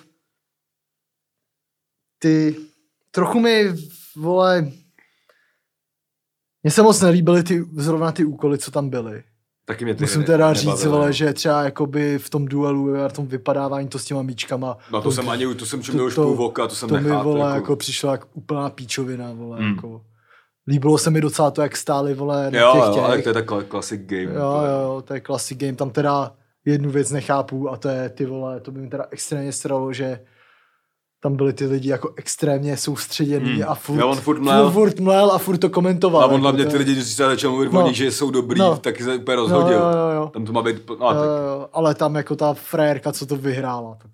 ty, trochu mi, vole, mně se moc nelíbily ty, zrovna ty úkoly, co tam byly. Taky mě ty Musím teda nebavily, říct, vole, že třeba jakoby v tom duelu a v tom vypadávání to s těma míčkama. No to, to jsem ani, to jsem čuměl už to, půl voka, to jsem to nechápil. To mi, vole, jako, jako přišla jak úplná píčovina, vole, hmm. jako. Líbilo se mi docela to, jak stáli, vole, na jo, těch jo, těch. ale to je tak classic game. Jo, jo, to je classic game, tam teda jednu věc nechápu a to je, ty vole, to by mi teda extrémně stralo, že tam byli ty lidi jako extrémně soustředěný hmm. a furt, jo, on furt, mlel. furt, furt mlel a furt to komentoval. A on jako hlavně to... ty lidi, když se začal mluvit no. o nich, že jsou dobrý, no. taky se úplně rozhodil. No, jo, jo, jo. Tam to má být... No, jo, tak... jo, ale tam jako ta frérka, co to vyhrála, to,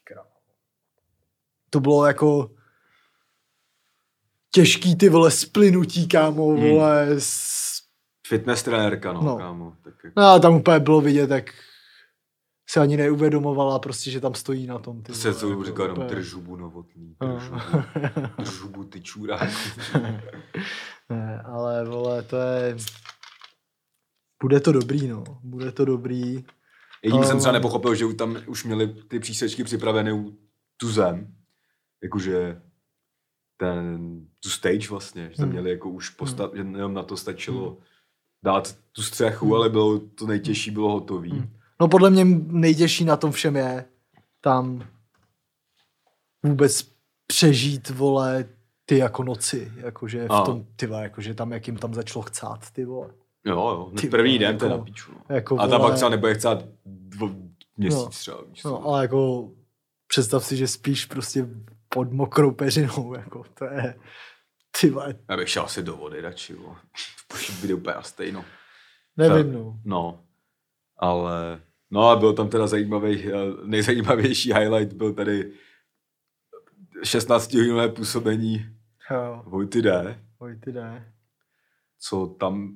to bylo jako těžký ty, vole, splynutí, kámo, hmm. vole. S... Fitness trenérka, no, no. kámo. Tak jako... No a tam úplně bylo vidět, jak se ani neuvědomovala prostě, že tam stojí na tom. Ty to se vole, to říká jenom úplně... držubu novotný, držubu, držubu ty čuráku. Ne, ale vole, to je... Bude to dobrý, no. Bude to dobrý. Jediný um... jsem třeba nepochopil, že tam už měli ty přísečky připravené u tu zem. Jakože ten, tu stage vlastně, že tam měli jako už postav, hmm. že jenom na to stačilo hmm. dát tu střechu, hmm. ale bylo to nejtěžší, bylo hotový. Hmm. No podle mě nejtěžší na tom všem je tam vůbec přežít, vole, ty jako noci, jakože v tom, ty vole, jakože tam, jak jim tam začalo chcát, ty vole. Jo, jo, ty první den jako, teda píču. No. Jako, a ta pak třeba nebude chcát dvo, měsíc no, třeba. Víš, no, ale jako představ si, že spíš prostě pod mokrou peřinou, jako to je, ty vole. Já bych šel asi do vody radši, vole. Pošít bude úplně stejno. Nevím, no. No, ale... No a byl tam teda zajímavý, nejzajímavější highlight byl tady šestnáctihodinové působení jo. Vojty D. Vojty D. Co tam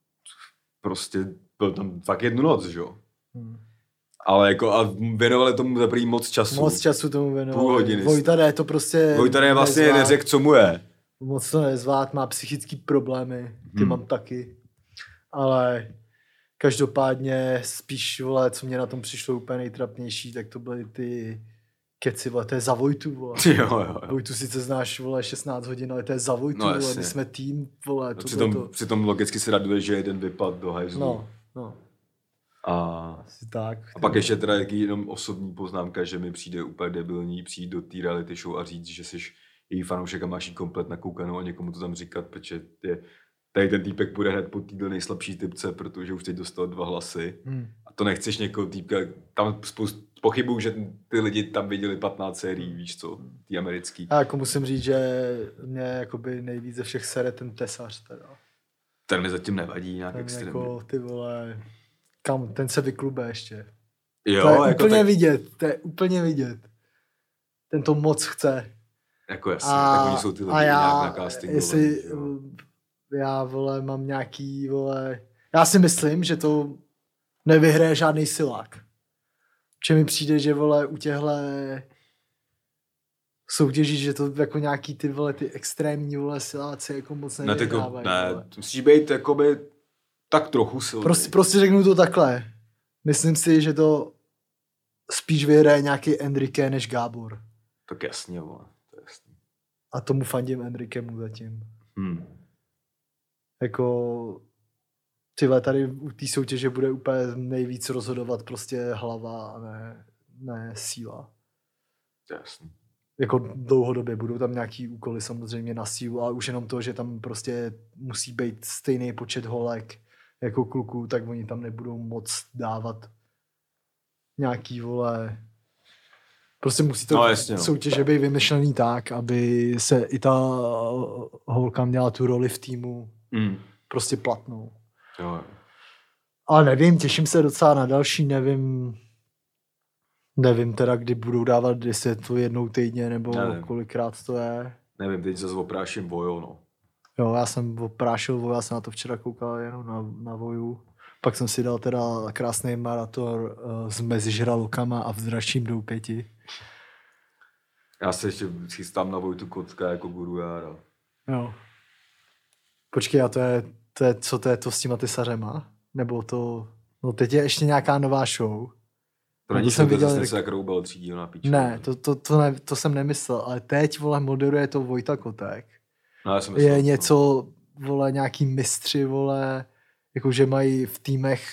prostě byl tam fakt jednu noc, že jo? Hmm. Ale jako a věnovali tomu za první moc času. Moc času tomu věnovali. Půl hodiny. Vojta D to prostě... Vojta D vlastně neřekl, co mu je. Moc to nezvát, má psychický problémy, ty hmm. mám taky. Ale... Každopádně spíš, vole, co mě na tom přišlo úplně nejtrapnější, tak to byly ty keci, vole, to je za Vojtu, vole. Jo, jo, jo. Vojtu sice znáš, vole, šestnáct hodin, ale to je za Vojtu, no, vole, my jsme tým, vole. No, přitom, to... přitom logicky si raduje, že jeden vypad do hajzlu. No, no. A, asi tak. A pak ještě teda jaký jenom osobní poznámka, že mi přijde úplně debilní přijít do té reality show a říct, že jsi její fanoušek a máš jí komplet nakoukanou a někomu to tam říkat, protože je tady ten týpek bude hned po týdle nejslabší typce, protože už teď dostal dva hlasy. Hmm. A to nechceš někoho týpka, tam spoustu pochybuju, že ty lidi tam viděli patnáct sérií, víš co, ty americký. A jako musím říct, že mě jakoby nejvíc ze všech sere ten tesař teda. Ten mi zatím nevadí nějak ten extrémně. Jako ty vole, kam, ten se vyklube ještě. Jo, to je jako úplně tak... vidět, to je úplně vidět. Ten to moc chce. Jako jasně, a, tak oni jsou ty lidi já, nějak na castingu. Jestli, já, vole, mám nějaký, vole... Já si myslím, že to nevyhraje žádný silák. Že mi přijde, že, vole, u těchhle soutěží, že to jako nějaký ty, vole, ty extrémní, vole, siláci jako moc nevyhrávají. Ne, to, ne, to musí být, jakoby, tak trochu silný. Prostě, prostě řeknu to takhle. Myslím si, že to spíš vyhraje nějaký Enrique než Gábor. Tak jasně, vole, to je jasný. A tomu fandím Enriquemu zatím. Hmm. Jako tyhle tady u té soutěže bude úplně nejvíc rozhodovat prostě hlava a ne, ne síla. Jasný. Jako dlouhodobě budou tam nějaký úkoly samozřejmě na sílu, ale už jenom to, že tam prostě musí být stejný počet holek jako kluků, tak oni tam nebudou moc dávat nějaký, vole, prostě musí to no, jasně, no. soutěže být vymyšlený tak, aby se i ta holka měla tu roli v týmu mm. prostě platnou. Jo. Ale nevím, těším se docela na další, nevím, nevím teda, kdy budou dávat, jestli je to jednou týdně, nebo nevím. Kolikrát to je. Nevím, teď zase opráším Vojo, no. Jo, já jsem oprášil Vojo, já jsem na to včera koukal jenom na, na Voju. Pak jsem si dal teda krásný maraton uh, s mezižralokama a v dračím doupěti. Já se ještě chystám na Vojtu Kotka jako guru jára. Jo. Počkej, a to je, to je, co to je to s těma tysařema? Nebo to, no teď je ještě nějaká nová show. To není jsem viděl, zase něco jak roubal tří díl na píčku. Ne, to, to, to, ne, to jsem nemyslel, ale teď, vole, moderuje to Vojta Kotek. No, já jsem myslel, je něco, vole, nějaký mistři, vole, jakože mají v týmech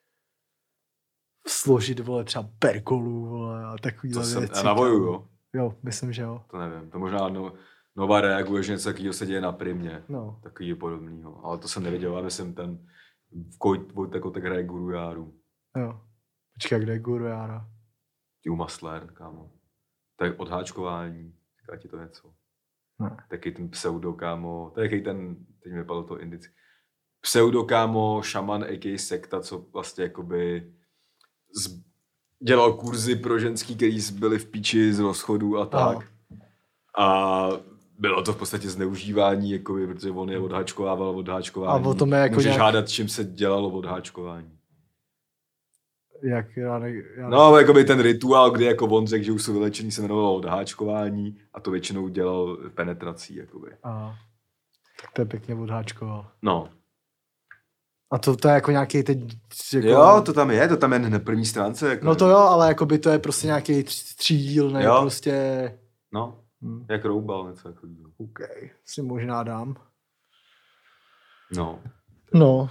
složit, vole, třeba perkolu, vole, a takovýhle věci. A na Voju, jo? Jo, myslím, že jo. To nevím, to možná no, Nova reaguje, že něco takového se děje na Primě. No. Takový podobného. Ale to jsem nevěděl, já myslím, ten Vojta Kotek hraje guru járu. Jo. Počkej, kde je guru jára? Tiu Masler, kámo. To je odháčkování. Říká ti to něco? Ne. Taky ten pseudo, kámo. To je jaký ten, teď mi vypadlo to indici. Pseudo, kámo, šaman, a k a sekta, co vlastně jakoby z... dělal kurzy pro ženský, který byli v píči z rozchodu a tak. Aha. A bylo to v podstatě zneužívání, jakoby, protože on je odháčkovával odháčkování. A o tom je jako můžeš nějak... hádat, čím se dělalo odháčkování. Jak já ne, já ne... No, jakoby ten rituál, kdy jako on řekl, že už jsou vylečený, se jmenovalo odháčkování a to většinou dělal penetrací, jakoby. Aha. Tak to je pěkně odháčkoval. No. A to, to je jako nějaký teď... Jako... Jo, to tam je, to tam je na první stránce. Jako... No to jo, ale jakoby to je prostě nějaký tři, třídíl, ne jo. Prostě... No, hmm. jak roubal něco jako. OK, si možná dám. No. No.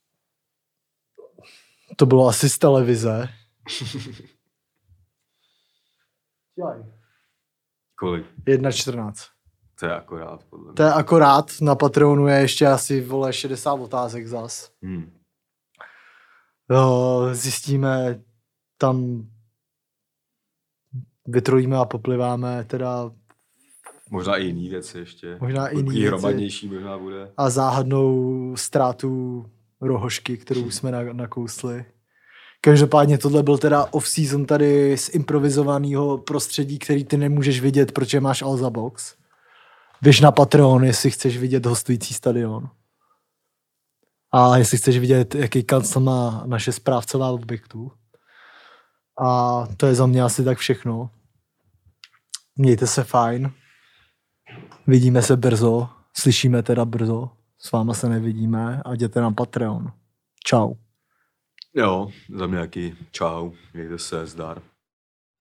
To bylo asi z televize. Kolik? jedna čtrnáct. To je akorát, podle mě. To je akorát, na Patreonu je ještě asi, vole, šedesát otázek zas. Hmm. Jo, zjistíme, tam vytrojíme a popliváme teda... Možná i jiný věci ještě. Možná i jiný věci. Hromadnější možná bude. A záhadnou ztrátu rohožky, kterou jsme nakousli. Každopádně tohle byl teda off-season tady z improvizovaného prostředí, který ty nemůžeš vidět, protože máš Alza Box. Běž na Patreon, jestli chceš vidět hostující stadion. A jestli chceš vidět, jaký kancel má naše správcová objektu. A to je za mě asi tak všechno. Mějte se fajn. Vidíme se brzo. Slyšíme teda brzo. S váma se nevidíme a jděte na Patreon. Čau. Jo, za mě jaký čau. Mějte se, zdar.